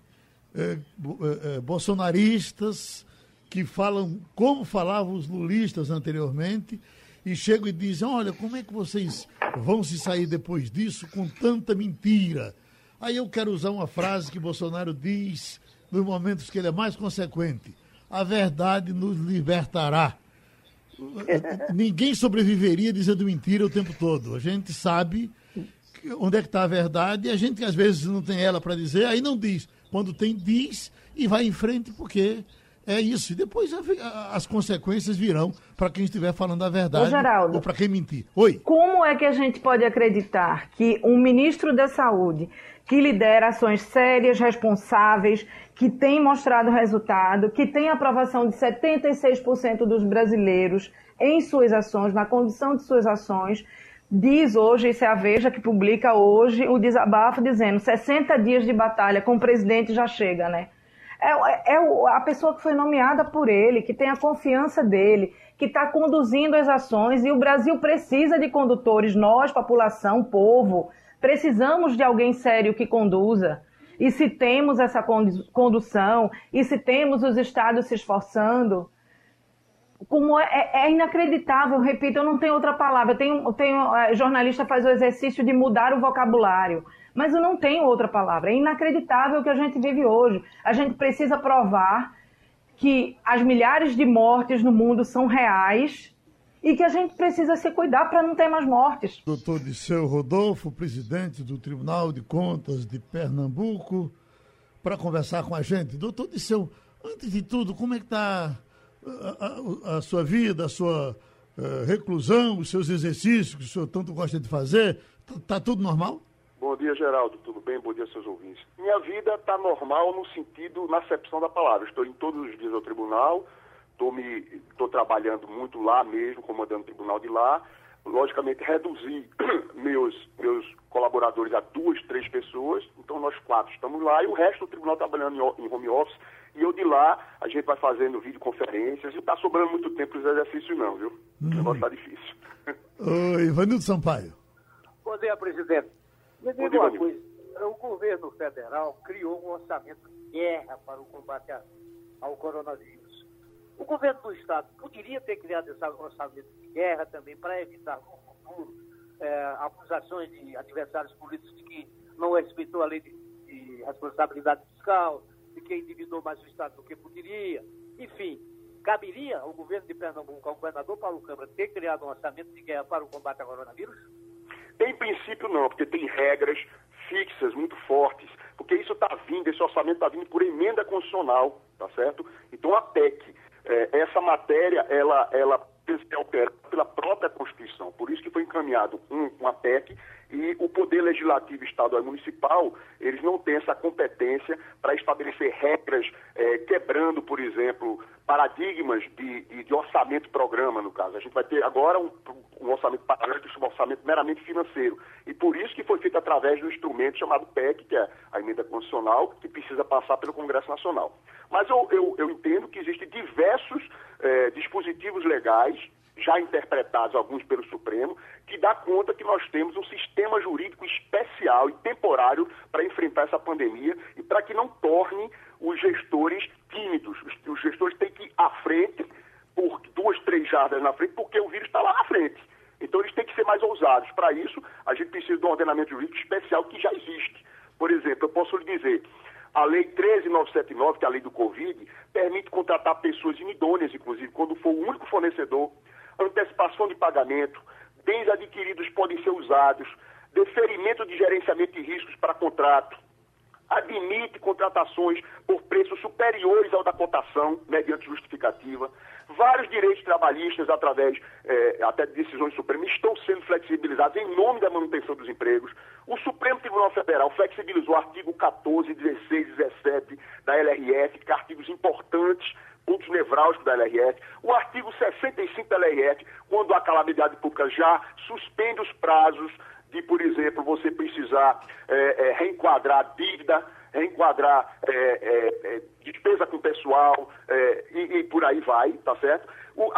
bolsonaristas, que falam como falavam os lulistas anteriormente, e chegam e dizem, olha, como é que vocês vão se sair depois disso com tanta mentira? Aí eu quero usar uma frase que Bolsonaro diz nos momentos que ele é mais consequente. A verdade nos libertará. Ninguém sobreviveria dizendo mentira o tempo todo. A gente sabe onde é que está a verdade e a gente às vezes não tem ela para dizer, aí não diz. Quando tem, diz e vai em frente porque é isso. E depois as consequências virão para quem estiver falando a verdade ou para quem mentir. Oi. Como é que a gente pode acreditar que um ministro da Saúde que lidera ações sérias, responsáveis, que tem mostrado resultado, que tem aprovação de 76% dos brasileiros em suas ações, na condução de suas ações, diz hoje, isso é a Veja que publica hoje, o desabafo dizendo 60 dias de batalha com o presidente já chega, né? A pessoa que foi nomeada por ele, que tem a confiança dele, que está conduzindo as ações, e o Brasil precisa de condutores, nós, população, povo, precisamos de alguém sério que conduza. E se temos essa condução, e se temos os estados se esforçando, como é inacreditável, repito, eu não tenho outra palavra. Jornalista faz o exercício de mudar o vocabulário, mas eu não tenho outra palavra. É inacreditável o que a gente vive hoje. A gente precisa provar que as milhares de mortes no mundo são reais e que a gente precisa se cuidar para não ter mais mortes. Doutor Disseu Rodolfo, presidente do Tribunal de Contas de Pernambuco, para conversar com a gente. Doutor Disseu, antes de tudo, como é que está a sua vida, a sua reclusão, os seus exercícios que o senhor tanto gosta de fazer? Tá tudo normal? Bom dia, Geraldo. Tudo bem? Bom dia, seus ouvintes. Minha vida está normal no sentido, na acepção da palavra. Estou em todos os dias ao tribunal, estou trabalhando muito lá mesmo, comandando o tribunal de lá. Logicamente, reduzi meus colaboradores a 2, 3 pessoas, então nós 4 estamos lá e o resto do tribunal trabalhando em home office. E eu de lá, a gente vai fazendo videoconferências e não está sobrando muito tempo para os exercícios não, viu? O negócio está difícil. Oi, Ivanildo Sampaio. Bom dia, presidente. Me diga uma coisa, o governo federal criou um orçamento de guerra para o combate ao coronavírus. O governo do Estado poderia ter criado esse orçamento de guerra também para evitar no futuro acusações de adversários políticos de que não respeitou a lei de responsabilidade fiscal, de que endividou mais o Estado do que poderia. Enfim, caberia ao governo de Pernambuco, ao governador Paulo Câmara, ter criado um orçamento de guerra para o combate ao coronavírus? Em princípio não, porque tem regras fixas, muito fortes, porque isso está vindo, esse orçamento está vindo por emenda constitucional, tá certo? Então a PEC, essa matéria, ela precisa ser alterada pela própria Constituição, por isso que foi encaminhado uma PEC e o Poder Legislativo Estadual e Municipal, eles não têm essa competência para estabelecer regras, quebrando, por exemplo, paradigmas de orçamento-programa, no caso. A gente vai ter agora um orçamento paralelo, um orçamento meramente financeiro. E por isso que foi feito através do instrumento chamado PEC, que é a emenda constitucional, que precisa passar pelo Congresso Nacional. Mas eu entendo que existem diversos dispositivos legais, já interpretados, alguns pelo Supremo, que dá conta que nós temos um sistema jurídico especial e temporário para enfrentar essa pandemia e para que não torne os gestores tímidos. Os gestores têm que ir à frente, por 2, 3 jardas na frente, porque o vírus está lá na frente. Então eles têm que ser mais ousados. Para isso, a gente precisa de um ordenamento jurídico especial que já existe. Por exemplo, eu posso lhe dizer, a Lei 13.979, que é a lei do Covid, permite contratar pessoas inidôneas, inclusive, quando for o único fornecedor, antecipação de pagamento, bens adquiridos podem ser usados, deferimento de gerenciamento de riscos para contrato, admite contratações por preços superiores ao da cotação, mediante justificativa. Vários direitos trabalhistas, através até de decisões supremas, estão sendo flexibilizados em nome da manutenção dos empregos. O Supremo Tribunal Federal flexibilizou o artigo 14, 16, 17 da LRF, que são artigos importantes, pontos nevrálgicos da LRF. O artigo 65 da LRF, quando a calamidade pública já suspende os prazos de, por exemplo, você precisar reenquadrar dívida, reenquadrar despesa com pessoal e por aí vai, tá certo? O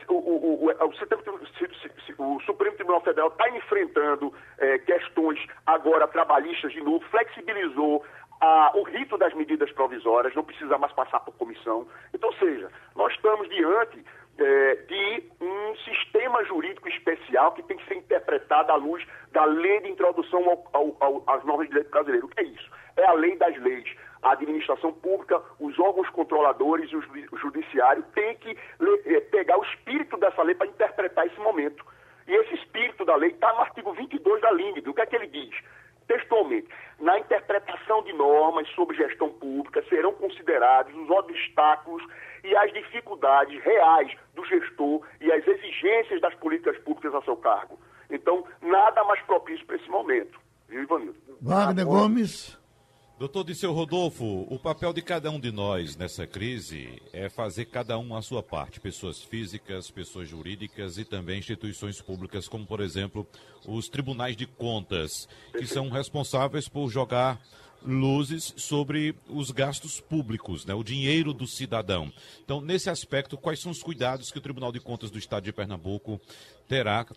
Supremo Tribunal Federal está enfrentando questões agora trabalhistas de novo, flexibilizou o rito das medidas provisórias, não precisa mais passar por comissão. Então, ou seja, nós estamos diante de um sistema jurídico especial que tem que ser interpretado à luz da lei de introdução às normas de direito brasileiro. O que é isso? É a lei das leis. A administração pública, os órgãos controladores e o judiciário têm que pegar o espírito dessa lei para interpretar esse momento. E esse espírito da lei está no artigo 22 da LINDB. O que é que ele diz? Textualmente, na interpretação de normas sobre gestão pública serão considerados os obstáculos e as dificuldades reais do gestor e as exigências das políticas públicas a seu cargo. Então, nada mais propício para esse momento. Viu, Ivanildo? Wagner Gomes. Doutor Disseu Rodolfo, o papel de cada um de nós nessa crise é fazer cada um a sua parte, pessoas físicas, pessoas jurídicas e também instituições públicas, como, por exemplo, os tribunais de contas, que são responsáveis por jogar luzes sobre os gastos públicos, né, o dinheiro do cidadão. Então, nesse aspecto, quais são os cuidados que o Tribunal de Contas do Estado de Pernambuco terá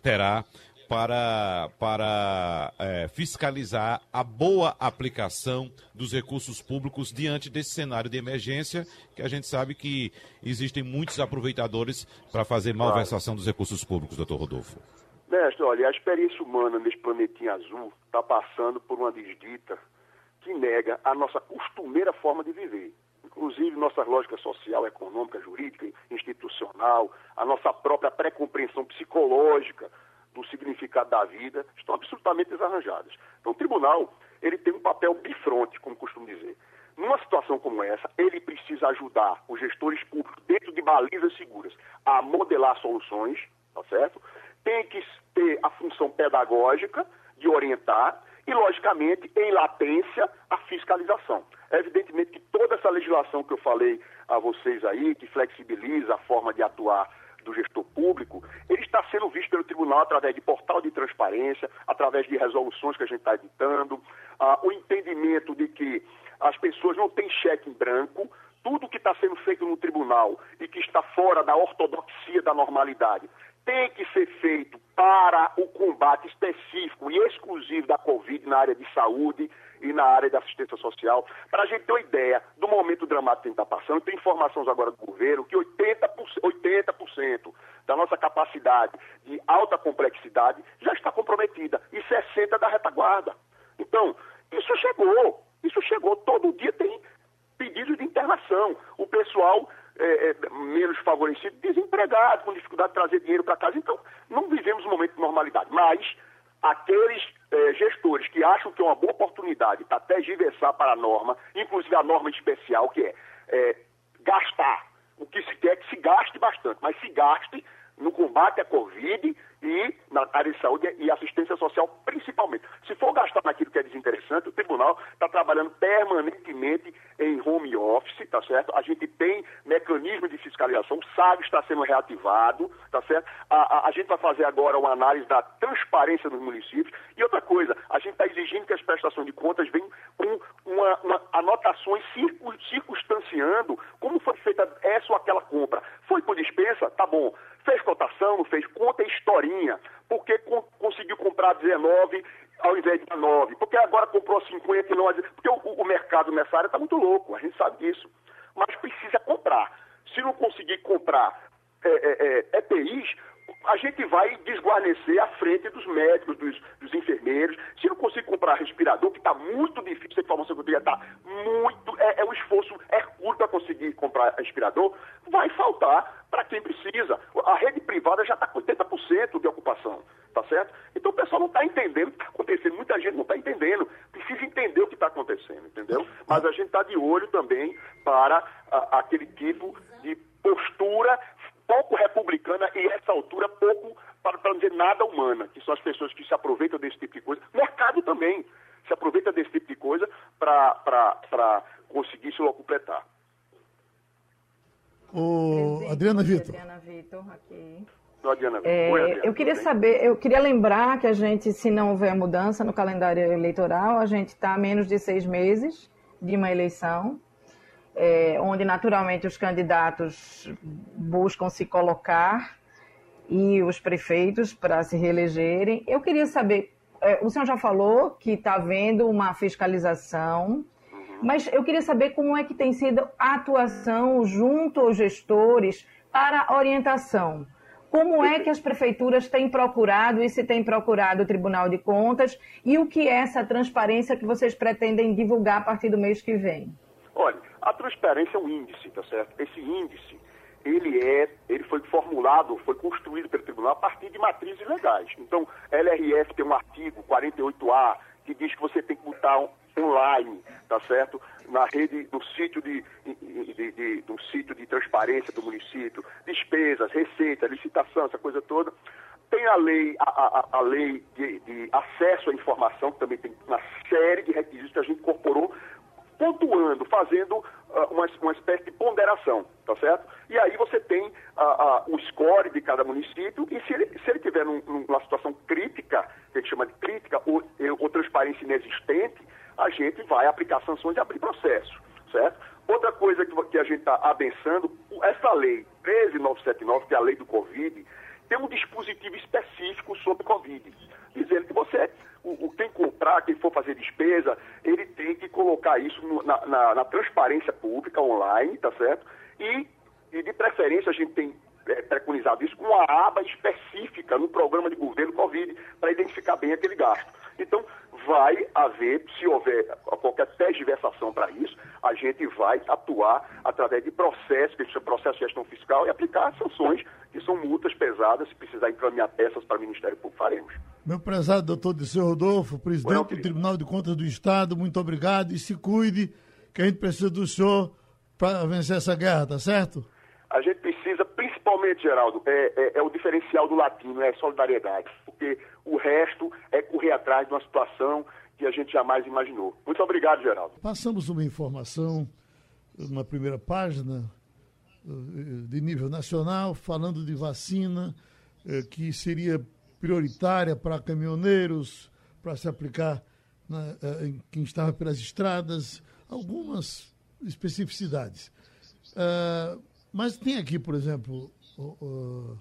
para fiscalizar a boa aplicação dos recursos públicos diante desse cenário de emergência, que a gente sabe que existem muitos aproveitadores para fazer malversação dos recursos públicos, doutor Rodolfo? Mestre, olha, a experiência humana nesse planetinha azul está passando por uma desdita que nega a nossa costumeira forma de viver. Inclusive, nossa lógica social, econômica, jurídica, institucional, a nossa própria pré-compreensão psicológica do significado da vida, estão absolutamente desarranjadas. Então, o tribunal, ele tem um papel bifronte, como costumo dizer. Numa situação como essa, ele precisa ajudar os gestores públicos, dentro de balizas seguras, a modelar soluções, tá certo? Tem que ter a função pedagógica de orientar e, logicamente, em latência, a fiscalização. É evidentemente que toda essa legislação que eu falei a vocês aí, que flexibiliza a forma de atuar do gestor público, ele está sendo visto pelo tribunal através de portal de transparência, através de resoluções que a gente está editando, o entendimento de que as pessoas não têm cheque em branco, tudo que está sendo feito no tribunal e que está fora da ortodoxia da normalidade tem que ser feito para o combate específico e exclusivo da Covid na área de saúde e na área da assistência social. Para a gente ter uma ideia do momento dramático que a gente está passando, tem informações agora do governo que 80% da nossa capacidade de alta complexidade já está comprometida e 60% da retaguarda. Então, isso chegou. Todo dia tem pedidos de internação. O pessoal menos favorecido, desempregado, com dificuldade de trazer dinheiro para casa. Então, não vivemos um momento de normalidade. Mas aqueles gestores que acham que é uma boa oportunidade para tergiversar para a norma, inclusive a norma especial, que é gastar. O que se quer é que se gaste bastante, mas se gaste no combate à Covid e na área de saúde e assistência social, principalmente. Se for gastar naquilo que é desinteressante, o tribunal está trabalhando permanentemente em home office, tá certo? A gente tem mecanismo de fiscalização, o SAG está sendo reativado, tá certo? A gente vai fazer agora uma análise da transparência nos municípios. E outra coisa, a gente está exigindo que as prestações de contas venham com anotações circunstanciando como foi feita essa ou aquela compra. Foi por dispensa? Tá bom. Fez cotação, não fez? Conta historinha. Por que conseguiu comprar 19 ao invés de 9? Porque agora comprou 50 e não... Porque o mercado nessa área está muito louco, a gente sabe disso. Mas precisa comprar. Se não conseguir comprar EPIs, a gente vai desguarnecer à frente dos médicos, dos enfermeiros. Se não conseguir comprar respirador, que está muito difícil, a informação que eu tenho está muito... É um esforço hercúleo para conseguir comprar respirador, vai faltar para quem precisa. A rede privada já está com 80% de ocupação, tá certo? Então o pessoal não está entendendo o que está acontecendo. Muita gente não está entendendo. Precisa entender o que está acontecendo, entendeu? Mas a gente está de olho também para aquele tipo de postura pouco republicana e, a essa altura, pouco, para não dizer nada humana, que são as pessoas que se aproveitam desse tipo de coisa. O mercado também se aproveita desse tipo de coisa para conseguir se locupletar. Adriana Vitor. Aqui. Eu queria saber, eu queria lembrar que a gente, se não houver mudança no calendário eleitoral, a gente está a menos de 6 meses de uma eleição, onde naturalmente os candidatos buscam se colocar e os prefeitos para se reelegerem. Eu queria saber, o senhor já falou que está havendo uma fiscalização, mas eu queria saber como é que tem sido a atuação junto aos gestores para a orientação. Como é que as prefeituras têm procurado e se tem procurado o Tribunal de Contas e o que é essa transparência que vocês pretendem divulgar a partir do mês que vem? Olha, a transparência é um índice, tá certo? Esse índice, ele foi formulado, foi construído pelo tribunal a partir de matrizes legais. Então, a LRF tem um artigo 48A que diz que você tem que botar online, tá certo? Na rede, no sítio de transparência do município, despesas, receitas, licitação, essa coisa toda. Tem a lei, a lei de acesso à informação, que também tem uma série de requisitos que a gente incorporou, pontuando, fazendo uma espécie de ponderação, tá certo? E aí você tem o score de cada município e se ele tiver numa situação crítica, que a gente chama de crítica, ou transparência inexistente, a gente vai aplicar sanções e abrir processo, certo? Outra coisa que a gente está abençando, essa lei 13979, que é a lei do Covid, tem um dispositivo específico sobre Covid, dizendo que quem comprar, quem for fazer despesa, ele tem que colocar isso na transparência pública online, tá certo? E de preferência a gente tem preconizado isso com uma aba específica no programa de governo Covid para identificar bem aquele gasto. Então, vai haver, se houver qualquer tergiversação para isso, a gente vai atuar através de processos, que é processo de gestão fiscal, e aplicar sanções, que são multas pesadas. Se precisar encaminhar peças para o Ministério Público, faremos. Meu prezado doutor Dirceu Rodolfo, presidente do Tribunal de Contas do Estado, muito obrigado e se cuide, que a gente precisa do senhor para vencer essa guerra, tá certo? A gente precisa precisa, principalmente, Geraldo, é o diferencial do latino, é a solidariedade, porque o resto é correr atrás de uma situação que a gente jamais imaginou. Muito obrigado, Geraldo. Passamos uma informação na primeira página de nível nacional, falando de vacina que seria prioritária para caminhoneiros, para se aplicar em quem estava pelas estradas, algumas especificidades. Mas tem aqui, por exemplo, o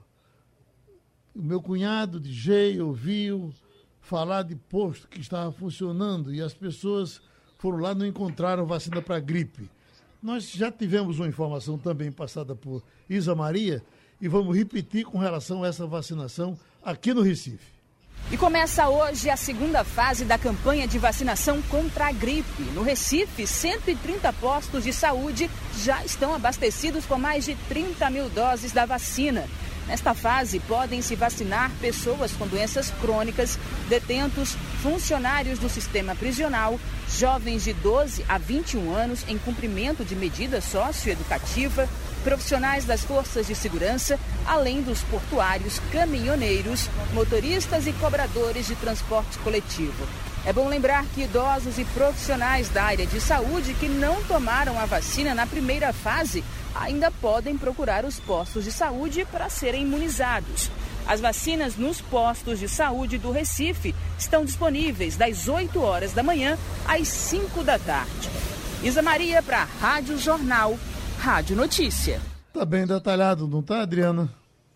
meu cunhado de Gei ouviu falar de posto que estava funcionando e as pessoas foram lá e não encontraram vacina para gripe. Nós já tivemos uma informação também passada por Isa Maria e vamos repetir com relação a essa vacinação aqui no Recife. E começa hoje a segunda fase da campanha de vacinação contra a gripe. No Recife, 130 postos de saúde já estão abastecidos com mais de 30 mil doses da vacina. Nesta fase, podem se vacinar pessoas com doenças crônicas, detentos, funcionários do sistema prisional, jovens de 12 a 21 anos em cumprimento de medida socioeducativa, profissionais das forças de segurança, além dos portuários, caminhoneiros, motoristas e cobradores de transporte coletivo. É bom lembrar que idosos e profissionais da área de saúde que não tomaram a vacina na primeira fase ainda podem procurar os postos de saúde para serem imunizados. As vacinas nos postos de saúde do Recife estão disponíveis das 8 horas da manhã às 5 da tarde. Isa Maria para a Rádio Jornal, Rádio Notícia. Tá bem detalhado, não tá, Adriana?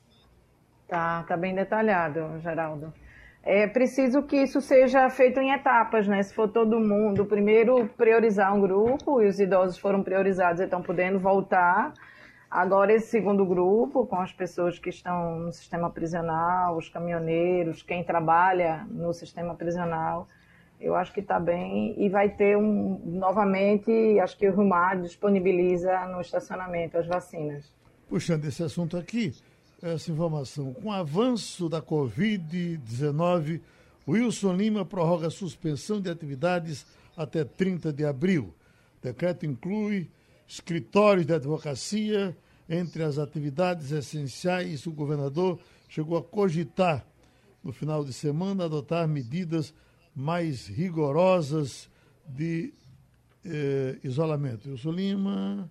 Tá bem detalhado, Geraldo. É preciso que isso seja feito em etapas, né? Se for todo mundo, primeiro priorizar um grupo, e os idosos foram priorizados e estão podendo voltar. Agora esse segundo grupo, com as pessoas que estão no sistema prisional, os caminhoneiros, quem trabalha no sistema prisional, eu acho que está bem. E vai ter novamente, acho que o RUMAR disponibiliza no estacionamento as vacinas. Puxando esse assunto aqui, essa informação. Com o avanço da Covid-19, Wilson Lima prorroga a suspensão de atividades até 30 de abril. O decreto inclui escritórios de advocacia. Entre as atividades essenciais, o governador chegou a cogitar, no final de semana, adotar medidas mais rigorosas de isolamento. Wilson Lima,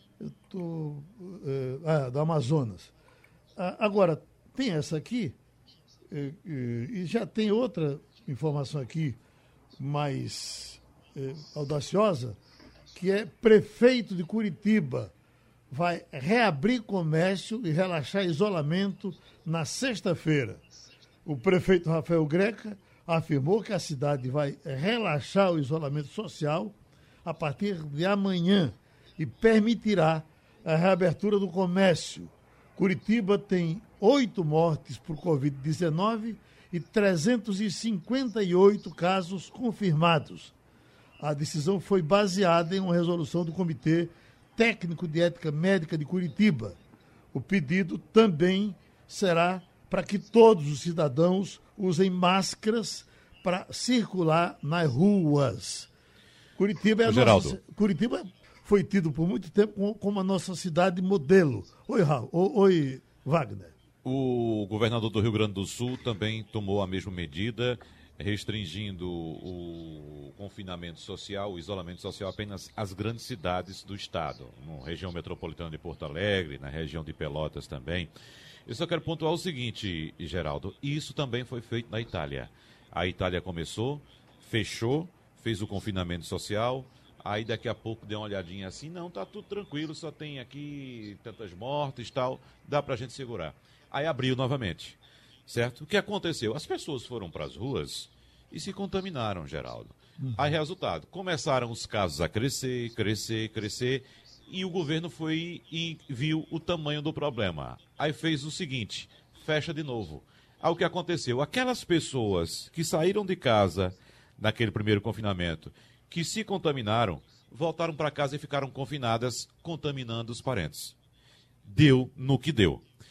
do Amazonas. Agora, tem essa aqui, e já tem outra informação aqui mais audaciosa, que é prefeito de Curitiba vai reabrir comércio e relaxar isolamento na sexta-feira. O prefeito Rafael Greca afirmou que a cidade vai relaxar o isolamento social a partir de amanhã e permitirá a reabertura do comércio. Curitiba tem 8 mortes por Covid-19 e 358 casos confirmados. A decisão foi baseada em uma resolução do Comitê Técnico de Ética Médica de Curitiba. O pedido também será para que todos os cidadãos usem máscaras para circular nas ruas. Curitiba Curitiba foi tido por muito tempo como a nossa cidade modelo. Oi, Raul. Oi, Wagner. O governador do Rio Grande do Sul também tomou a mesma medida, restringindo o confinamento social, o isolamento social apenas às grandes cidades do estado, na região metropolitana de Porto Alegre, na região de Pelotas também. Eu só quero pontuar o seguinte, Geraldo, isso também foi feito na Itália. A Itália começou, fechou, fez o confinamento social, aí daqui a pouco deu uma olhadinha assim, não, tá tudo tranquilo, só tem aqui tantas mortes e tal, dá pra gente segurar. Aí abriu novamente, certo? O que aconteceu? As pessoas foram para as ruas e se contaminaram, Geraldo. Aí, resultado, começaram os casos a crescer, e o governo foi e viu o tamanho do problema. Aí fez o seguinte, fecha de novo. Aí o que aconteceu? Aquelas pessoas que saíram de casa naquele primeiro confinamento, que se contaminaram, voltaram para casa e ficaram confinadas, contaminando os parentes. Deu no que deu.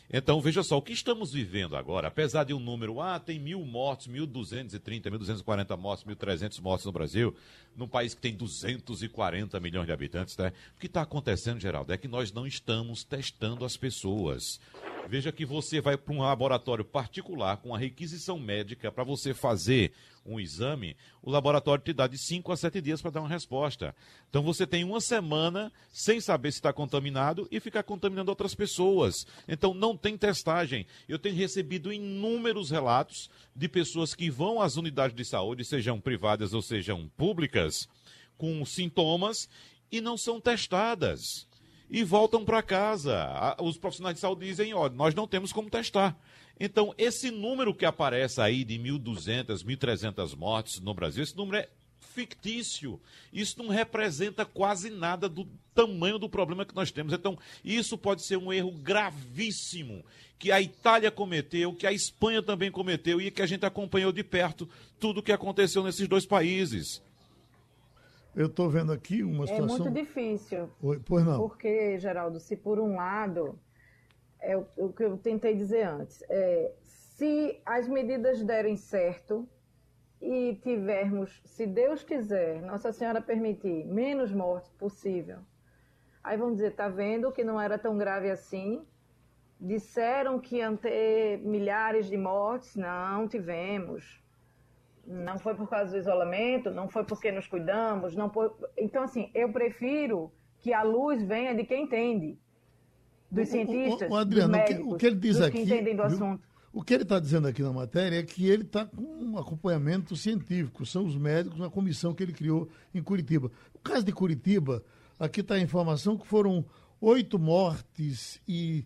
Então, veja só, o que estamos vivendo agora, apesar de um número, tem 1.000 mortos, 1.230, 1.240 mortos, 1.300 mortos no Brasil, num país que tem 240 milhões de habitantes, né? O que está acontecendo, Geraldo, é que nós não estamos testando as pessoas. Veja que você vai para um laboratório particular com a requisição médica para você fazer um exame, o laboratório te dá de 5 a 7 dias para dar uma resposta. Então você tem uma semana sem saber se está contaminado e ficar contaminando outras pessoas. Então não tem testagem. Eu tenho recebido inúmeros relatos de pessoas que vão às unidades de saúde, sejam privadas ou sejam públicas, com sintomas e não são testadas. E voltam para casa. Os profissionais de saúde dizem, nós não temos como testar. Então, esse número que aparece aí de 1.200, 1.300 mortes no Brasil, esse número é fictício. Isso não representa quase nada do tamanho do problema que nós temos. Então, isso pode ser um erro gravíssimo que a Itália cometeu, que a Espanha também cometeu e que a gente acompanhou de perto tudo o que aconteceu nesses dois países. Eu estou vendo aqui uma situação... É muito difícil. Oi, pois não. Porque, Geraldo, se por um lado, é o que eu tentei dizer antes, se as medidas derem certo e tivermos, se Deus quiser, Nossa Senhora permitir, menos mortes possível, aí vão dizer, tá vendo que não era tão grave assim? Disseram que iam ter milhares de mortes, não tivemos. Não foi por causa do isolamento, não foi porque nos cuidamos, não foi... Então, assim, eu prefiro que a luz venha de quem entende, dos cientistas, Adriano, dos médicos, o que ele diz dos aqui, que entendem do assunto. O que ele está dizendo aqui na matéria é que ele está com um acompanhamento científico, são os médicos, uma comissão que ele criou em Curitiba. No caso de Curitiba, aqui está a informação que foram 8 mortes e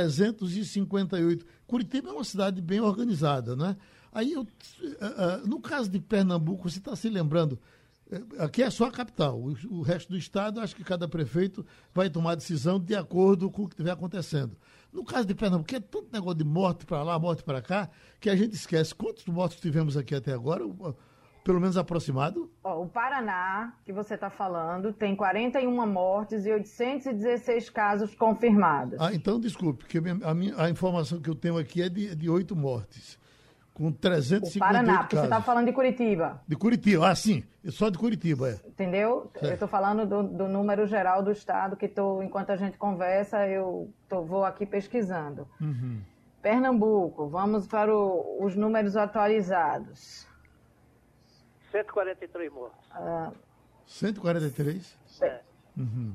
358. Curitiba é uma cidade bem organizada, né? Aí, no caso de Pernambuco, você está se lembrando, aqui é só a capital, o resto do estado, acho que cada prefeito vai tomar decisão de acordo com o que estiver acontecendo. No caso de Pernambuco, é tanto negócio de morte para lá, morte para cá, que a gente esquece. Quantos mortos tivemos aqui até agora, pelo menos aproximado? O Paraná, que você está falando, tem 41 mortes e 816 casos confirmados. Então, desculpe, porque a informação que eu tenho aqui é de 8 mortes. Com 358 o Paraná, porque casos. você está falando de Curitiba. De Curitiba, sim, só de Curitiba, Entendeu? Eu estou falando do número geral do estado, que enquanto a gente conversa, vou aqui pesquisando. Uhum. Pernambuco, vamos para os números atualizados. 143 mortos. 143? Uhum.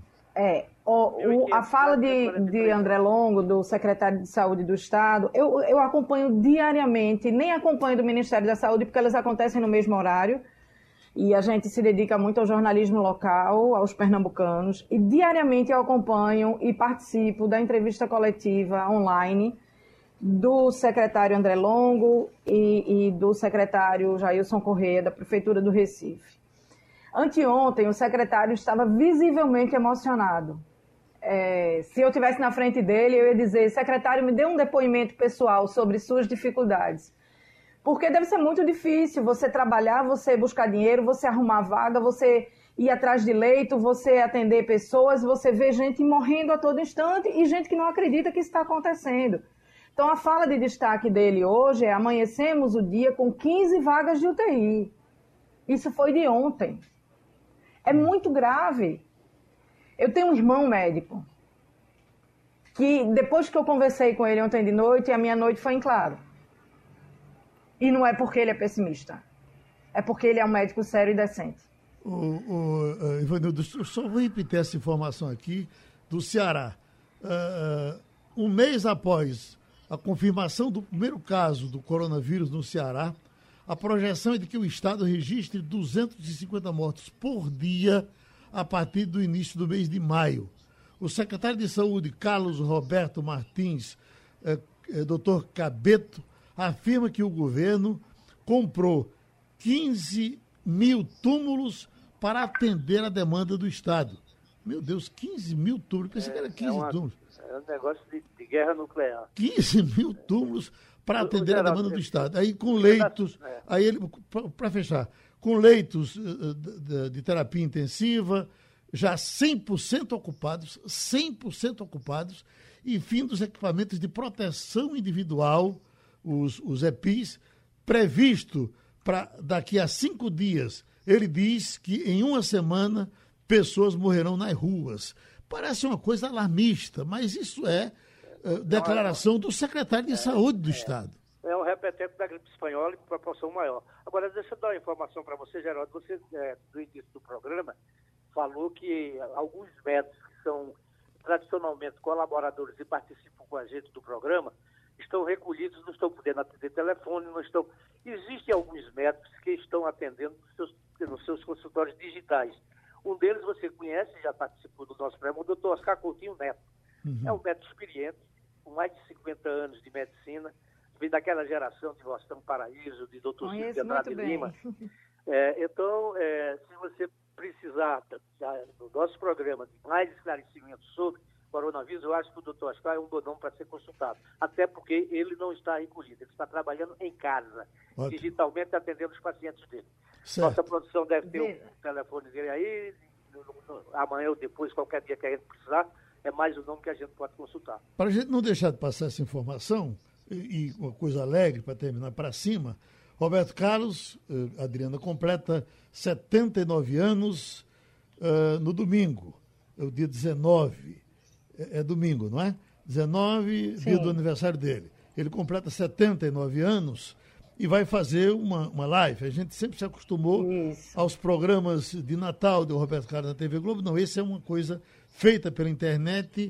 A fala de André Longo, do secretário de Saúde do Estado, eu acompanho diariamente, nem acompanho do Ministério da Saúde, porque elas acontecem no mesmo horário, e a gente se dedica muito ao jornalismo local, aos pernambucanos, e diariamente eu acompanho e participo da entrevista coletiva online do secretário André Longo e do secretário Jailson Corrêa, da Prefeitura do Recife. Anteontem, o secretário estava visivelmente emocionado. Se eu estivesse na frente dele, eu ia dizer, secretário, me dê um depoimento pessoal sobre suas dificuldades. Porque deve ser muito difícil você trabalhar, você buscar dinheiro, você arrumar vaga, você ir atrás de leito, você atender pessoas, você vê gente morrendo a todo instante e gente que não acredita que isso está acontecendo. Então, a fala de destaque dele hoje é: amanhecemos o dia com 15 vagas de UTI. Isso foi de ontem. É muito grave. Eu tenho um irmão médico que, depois que eu conversei com ele ontem de noite, a minha noite foi em claro. E não é porque ele é pessimista. É porque ele é um médico sério e decente. Ivanildo, eu só vou repetir essa informação aqui do Ceará. Um mês após a confirmação do primeiro caso do coronavírus no Ceará, a projeção é de que o estado registre 250 mortos por dia a partir do início do mês de maio. O secretário de Saúde, Carlos Roberto Martins, doutor Cabeto, afirma que o governo comprou 15 mil túmulos para atender a demanda do estado. Meu Deus, 15 mil túmulos. Pensei que era 15 túmulos. É um negócio de guerra nuclear. 15 mil túmulos para atender a demanda do estado. Aí com leitos, para fechar, com leitos de terapia intensiva, já 100% ocupados, e fim dos equipamentos de proteção individual, os EPIs, previsto para daqui a 5 dias. Ele diz que em uma semana pessoas morrerão nas ruas. Parece uma coisa alarmista, mas isso é declaração do secretário de Saúde do Estado. É um repeteco da gripe espanhola em proporção maior. Agora, deixa eu dar uma informação para você, Geraldo. Você, no início do programa, falou que alguns médicos que são tradicionalmente colaboradores e participam com a gente do programa estão recolhidos, não estão podendo atender telefone, não estão... Existem alguns médicos que estão atendendo nos seus consultórios digitais. Um deles você conhece, já participou do nosso programa, o doutor Oscar Coutinho Neto. É um médico experiente, com mais de 50 anos de medicina, vem daquela geração de Rostão Paraíso, de doutor Silvio Andrade Lima. Então, se você precisar do nosso programa de mais esclarecimentos sobre coronavírus, eu acho que o doutor Oscar é um bom nome para ser consultado. Até porque ele não está recolhido, ele está trabalhando em casa, digitalmente atendendo os pacientes dele. Certo. Nossa produção deve ter o telefone dele aí, amanhã ou depois, qualquer dia que a gente precisar, é mais um nome que a gente pode consultar. Para a gente não deixar de passar essa informação, e uma coisa alegre para terminar para cima, Roberto Carlos, Adriana, completa 79 anos no domingo, é o dia 19, é domingo, não é? 19, Sim. Dia do aniversário dele. Ele completa 79 anos e vai fazer uma live. A gente sempre se acostumou aos programas de Natal do Roberto Carlos na TV Globo. Não, esse é uma coisa feita pela internet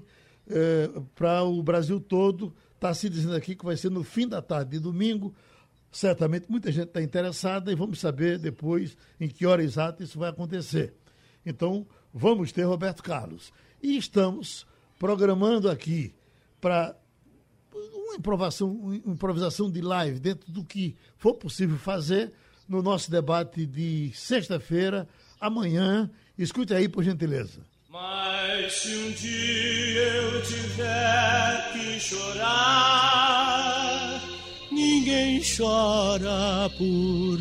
para o Brasil todo. Está se dizendo aqui que vai ser no fim da tarde de domingo. Certamente muita gente está interessada e vamos saber depois em que hora exata isso vai acontecer. Então, vamos ter Roberto Carlos. E estamos programando aqui para uma improvisação de live dentro do que for possível fazer no nosso debate de sexta-feira, amanhã. Escute aí, por gentileza. Mas se um dia eu tiver que chorar, ninguém chora por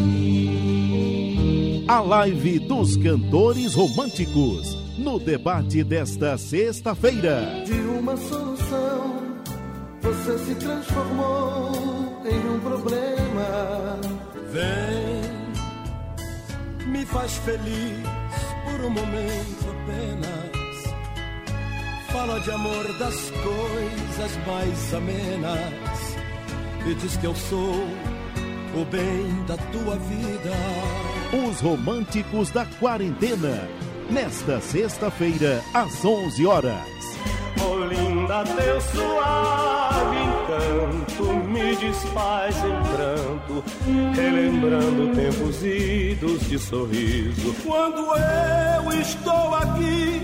mim. A live dos cantores românticos, no debate desta sexta-feira. De uma solução, você se transformou em um problema. Vem, me faz feliz por um momento apenas. Fala de amor, das coisas mais amenas, e diz que eu sou o bem da tua vida. Os românticos da quarentena, nesta sexta-feira, às 11 horas. Oh, linda, teu suave encanto me desfaz em pranto, relembrando tempos idos de sorriso. Quando eu estou aqui,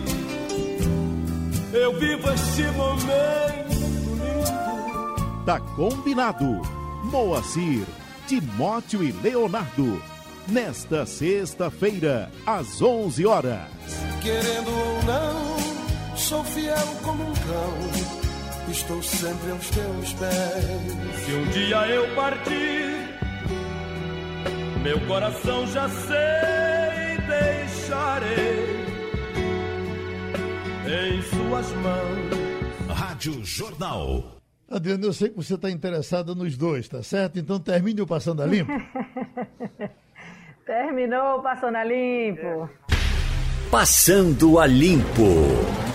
eu vivo esse momento lindo. Tá combinado. Moacir, Timóteo e Leonardo, nesta sexta-feira, às 11 horas. Querendo ou não, sou fiel como um cão, estou sempre aos teus pés. Se um dia eu partir, meu coração já sei, deixarei em suas mãos. Rádio Jornal. Adriana, eu sei que você está interessada nos dois, tá certo? Então termine o Passando a Limpo. Terminou o Passando a Limpo. Passando a Limpo.